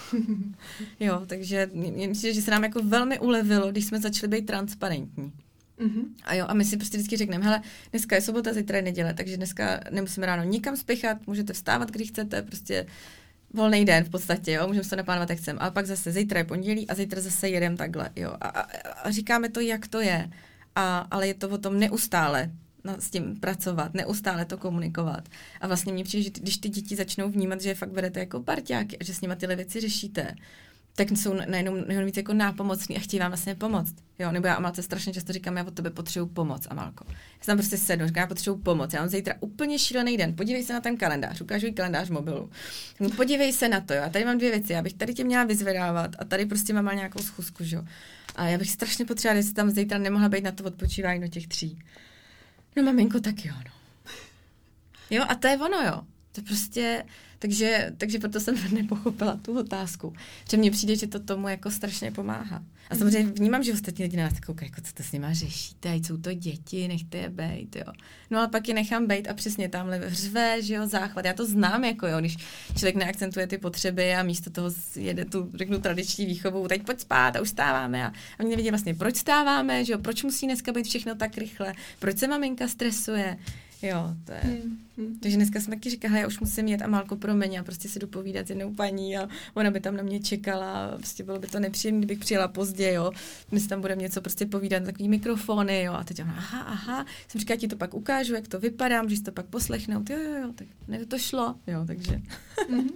Jo, takže myslím, že se nám jako velmi ulevilo, když jsme začali být transparentní. Mm-hmm. A jo, a my si prostě vždycky řekneme, hele, dneska je sobota, zítra je neděle, takže dneska nemusíme ráno nikam spěchat, můžete vstávat, když chcete, prostě volný den v podstatě, jo, můžeme se naplánovat, jak chceme. A pak zase zítra je pondělí a zítra zase jedem takhle, jo. A, a, a říkáme to, jak to je, a, ale je to o tom neustále, no, s tím pracovat, neustále to komunikovat. A vlastně mně přijde, že když ty děti začnou vnímat, že je fakt berete jako parťáky a že s nimi tyhle věci řešíte, tak jsou najednou najednou víc jako nápomocný a chtějí vám vlastně pomoct. Jo, nebo já Amalce strašně často říkám, já od tebe potřebuji pomoc, Amalko. Já tam prostě sednu, říkám, já potřebuji pomoc. Já mám zítra úplně šílený den. Podívej se na ten kalendář, ukážu jí kalendář v mobilu. Podívej se na to, jo. A tady mám dvě věci, já bych tady tě měla vyzvedávat a tady prostě mám nějakou schůzku, jo. A já bych strašně potřebovala, jestli tam zítra nemohla být na to odpočívání do těch tří. No maminko, tak jo, no. Jo, a to je ono, jo. To prostě, takže, takže proto jsem nepochopila tu otázku. Že mně přijde, že to tomu jako strašně pomáhá. A samozřejmě vnímám, že ostatní lidi na nás koukají, jako co to s nima řešíte, jsou to děti, nechte je bejt, jo. No ale pak je nechám bejt a přesně tamhle hřve, že jo, záchvat. Já to znám, jako jo, když člověk neakcentuje ty potřeby a místo toho jede tu, řeknu, tradiční výchovu, teď pojď spát a už stáváme. A, a mě nevidí vlastně, proč stáváme, že jo, proč musí dneska být všechno tak rychle, proč se maminka stresuje. Jo, to je. Hmm, hmm. Takže dneska jsem taky říkala, já už musím jet a Málko promiň, a prostě si jdu povídat s jednou paní a ona by tam na mě čekala, prostě bylo by to nepříjemné, kdybych přijela pozdě, jo. My si tam budeme něco prostě povídat na takový mikrofony, jo. A teď ona, aha, aha, jsem říkala, ti to pak ukážu, jak to vypadá, můžeš to pak poslechnout, jo, jo, jo, tak ne, to šlo, jo, takže. Mm-hmm.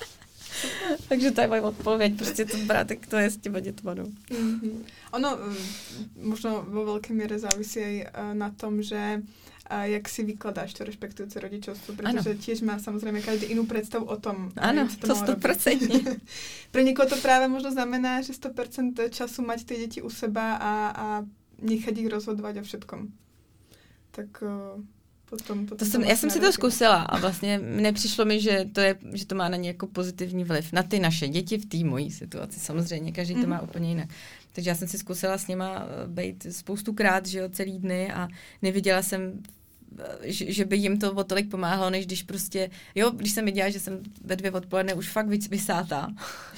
Takže to je moje odpověď, prostě to brátek, to je s těma dětma, no. Mm-hmm. Ono možno vo veľkej miere závisí aj na tom, že a jak si vykladáš to rešpektujúce rodičovstvo, pretože ano. Tiež má samozrejme každý inú predstavu o tom. Áno, to sto percent. Pre niekoho to práve možno znamená, že sto percent času mať tie deti u seba a, a nechať ich rozhodovať o všetkom. Tak uh, potom... potom to jsem, já jsem si to zkusila a vlastně nepřišlo mi, že to, je, že to má na ně jako pozitivní vliv. Na ty naše děti v té mojí situaci samozřejmě, každý mm. to má úplně jinak. Takže já jsem si zkusila s nima být spoustukrát, že jo, celý dny a neviděla jsem, že, že by jim to o tolik pomáhalo, než když prostě, jo, když jsem viděla, že jsem ve dvě odpoledne už fakt vysátá.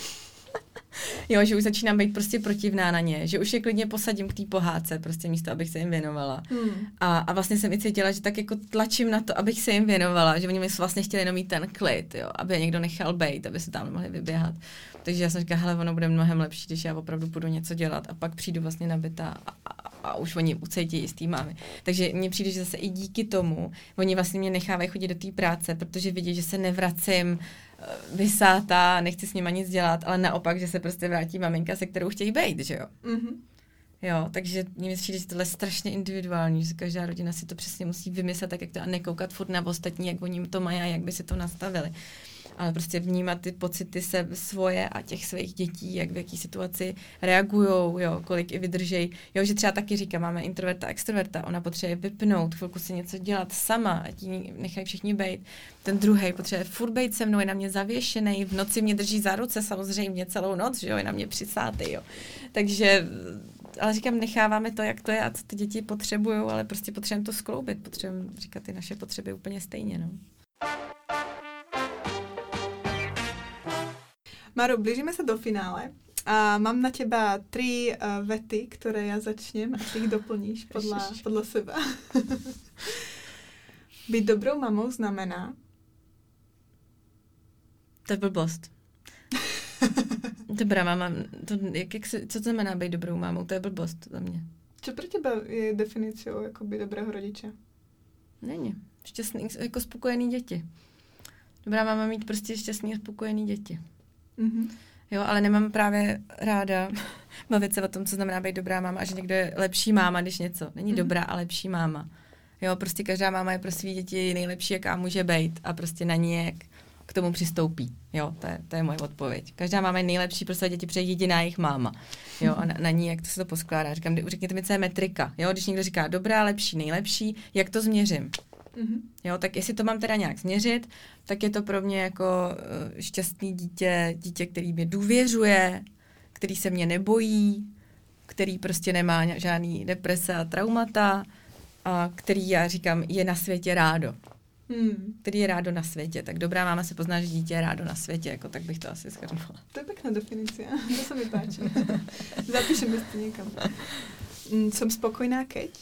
Jo, že už začínám být prostě protivná na ně, že už je klidně posadím k té pohádce, prostě místo, abych se jim věnovala. Hmm. A, a vlastně jsem i cítila, že tak jako tlačím na to, abych se jim věnovala, že oni mi vlastně chtěli jenom mít ten klid, jo, aby je někdo nechal bejt, aby se tam mohli vyběhat. Takže já jsem říkala, hele, ono bude mnohem lepší, když já opravdu budu něco dělat a pak přijdu vlastně nabitá a, a, a už oni ucítí i z té mámy. Takže mně přijde, že zase i díky tomu oni vlastně mě nechávají chodit do té práce, protože vidí, že se nevracím vysátá, nechci s nima nic dělat, ale naopak, že se prostě vrátí maminka, se kterou chtějí bejt, že jo. Mm-hmm. Jo, takže mně přijde, že tohle je strašně individuální, že každá rodina si to přesně musí vymyslet tak, jak to a nekoukat furt na ostatní, jak oni to mají a jak by si to nastavili. Ale prostě vnímat ty pocity se svoje a těch svých dětí, jak v jaký situaci reagujou, jo, kolik i vydržej. Jo, že třeba taky říká, máme introverta, extroverta, ona potřebuje vypnout, chvilku si něco dělat sama, ať ji nechají všichni bejt. Ten druhej potřebuje furt bejt se mnou, je na mě zavěšený, v noci mě drží za ruce samozřejmě celou noc, že jo, je na mě přisátý, jo. Takže, ale říkám, necháváme to, jak to je a co ty děti potřebují, ale prostě potřebujeme to skloubit, potřebujeme říkat ty naše potřeby úplně stejně, no. Maro, blížime sa do finále a mám na teba tri uh, vety, ktoré ja začnem a ty ich doplníš podľa, podľa seba. Byť dobrou mamou znamená? To je blbost. Dobrá mama, to, jak, jak se, co to znamená být dobrou mámou? To je blbost za mě. Čo pre teba je definíciou jakoby dobrého rodiče? Není. Šťastný, jako spokojený děti. Dobrá máma mít prostě šťastný a spokojený děti. Mm-hmm. Jo, ale nemám právě ráda bavit se o tom, co znamená být dobrá máma a že někdo je lepší máma, když něco. Není mm-hmm. dobrá a lepší máma. Jo, prostě každá máma je pro svý děti nejlepší, jaká může být a prostě na ní jak k tomu přistoupí. Jo, to je, to je moje odpověď. Každá máma je nejlepší pro své děti, protože jediná jejich máma. Jo, a na, na ní, jak to se to poskládá. Říkám, řekněte mi, co je metrika. Jo, když někdo říká dobrá, lepší, nejlepší, jak to změřím? Mm-hmm. Jo, tak jestli to mám teda nějak změřit, tak je to pro mě jako uh, šťastný dítě, dítě, který mě důvěřuje, který se mě nebojí, který prostě nemá žádný deprese a traumata a který, já říkám, je na světě rádo. Hmm. Který je rádo na světě. Tak dobrá máma se pozná, že dítě je rádo na světě, jako tak bych to asi shrnula. To je pekná definice, to se mi páči. Zapíšeme si to někam. Som spokojná, keď?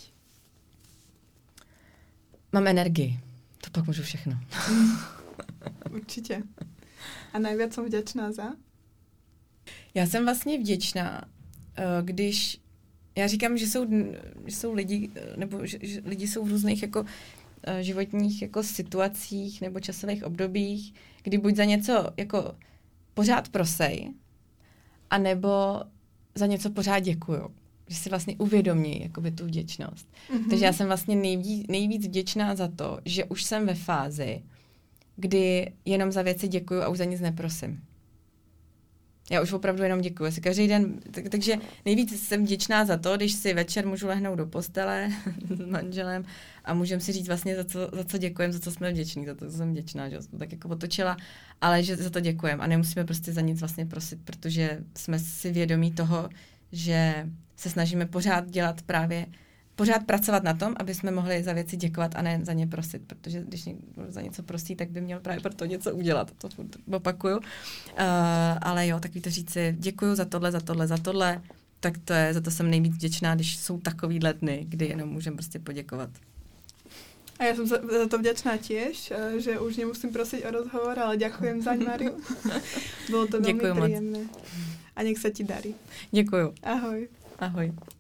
Mám energii. To pak můžu všechno. Určitě. A nejvíc jsem vděčná za? Já jsem vlastně vděčná, když já říkám, že jsou, že jsou lidi, nebo že, že lidi jsou v různých jako životních jako situacích nebo časových obdobích, kdy buď za něco jako pořád prosej, anebo za něco pořád děkujou. Že si vlastně uvědomí jakoby tu vděčnost. Mm-hmm. Takže já jsem vlastně nejvíc, nejvíc vděčná za to, že už jsem ve fázi, kdy jenom za věci děkuju a už za nic neprosím. Já už opravdu jenom děkuji. Si každý den, tak, takže nejvíc jsem vděčná za to, když si večer můžu lehnout do postele s manželem a můžeme si říct vlastně, za co, za co děkujeme, za co jsme vděční, za to jsem vděčná, že jsem tak jako otočila, ale že za to děkujeme a nemusíme prostě za nic vlastně prosit, protože jsme si vědomí toho, že se snažíme pořád dělat právě, pořád pracovat na tom, aby jsme mohli za věci děkovat a ne za ně prosit, protože když někdo za něco prosí, tak by měl právě pro to něco udělat, to opakuju. Uh, ale jo, takový to říci, děkuju za tohle, za tohle, za tohle, tak to je, za to jsem nejvíc vděčná, když jsou takovýhle dny, kdy jenom můžem prostě poděkovat. A já jsem za, za to vďačná tiež, že už nemusím prosiť o rozhovor, ale ďakujem zaň, Mariu. Bolo to veľmi príjemné. A nech sa ti darí. Děkuju. Ahoj. Ahoj.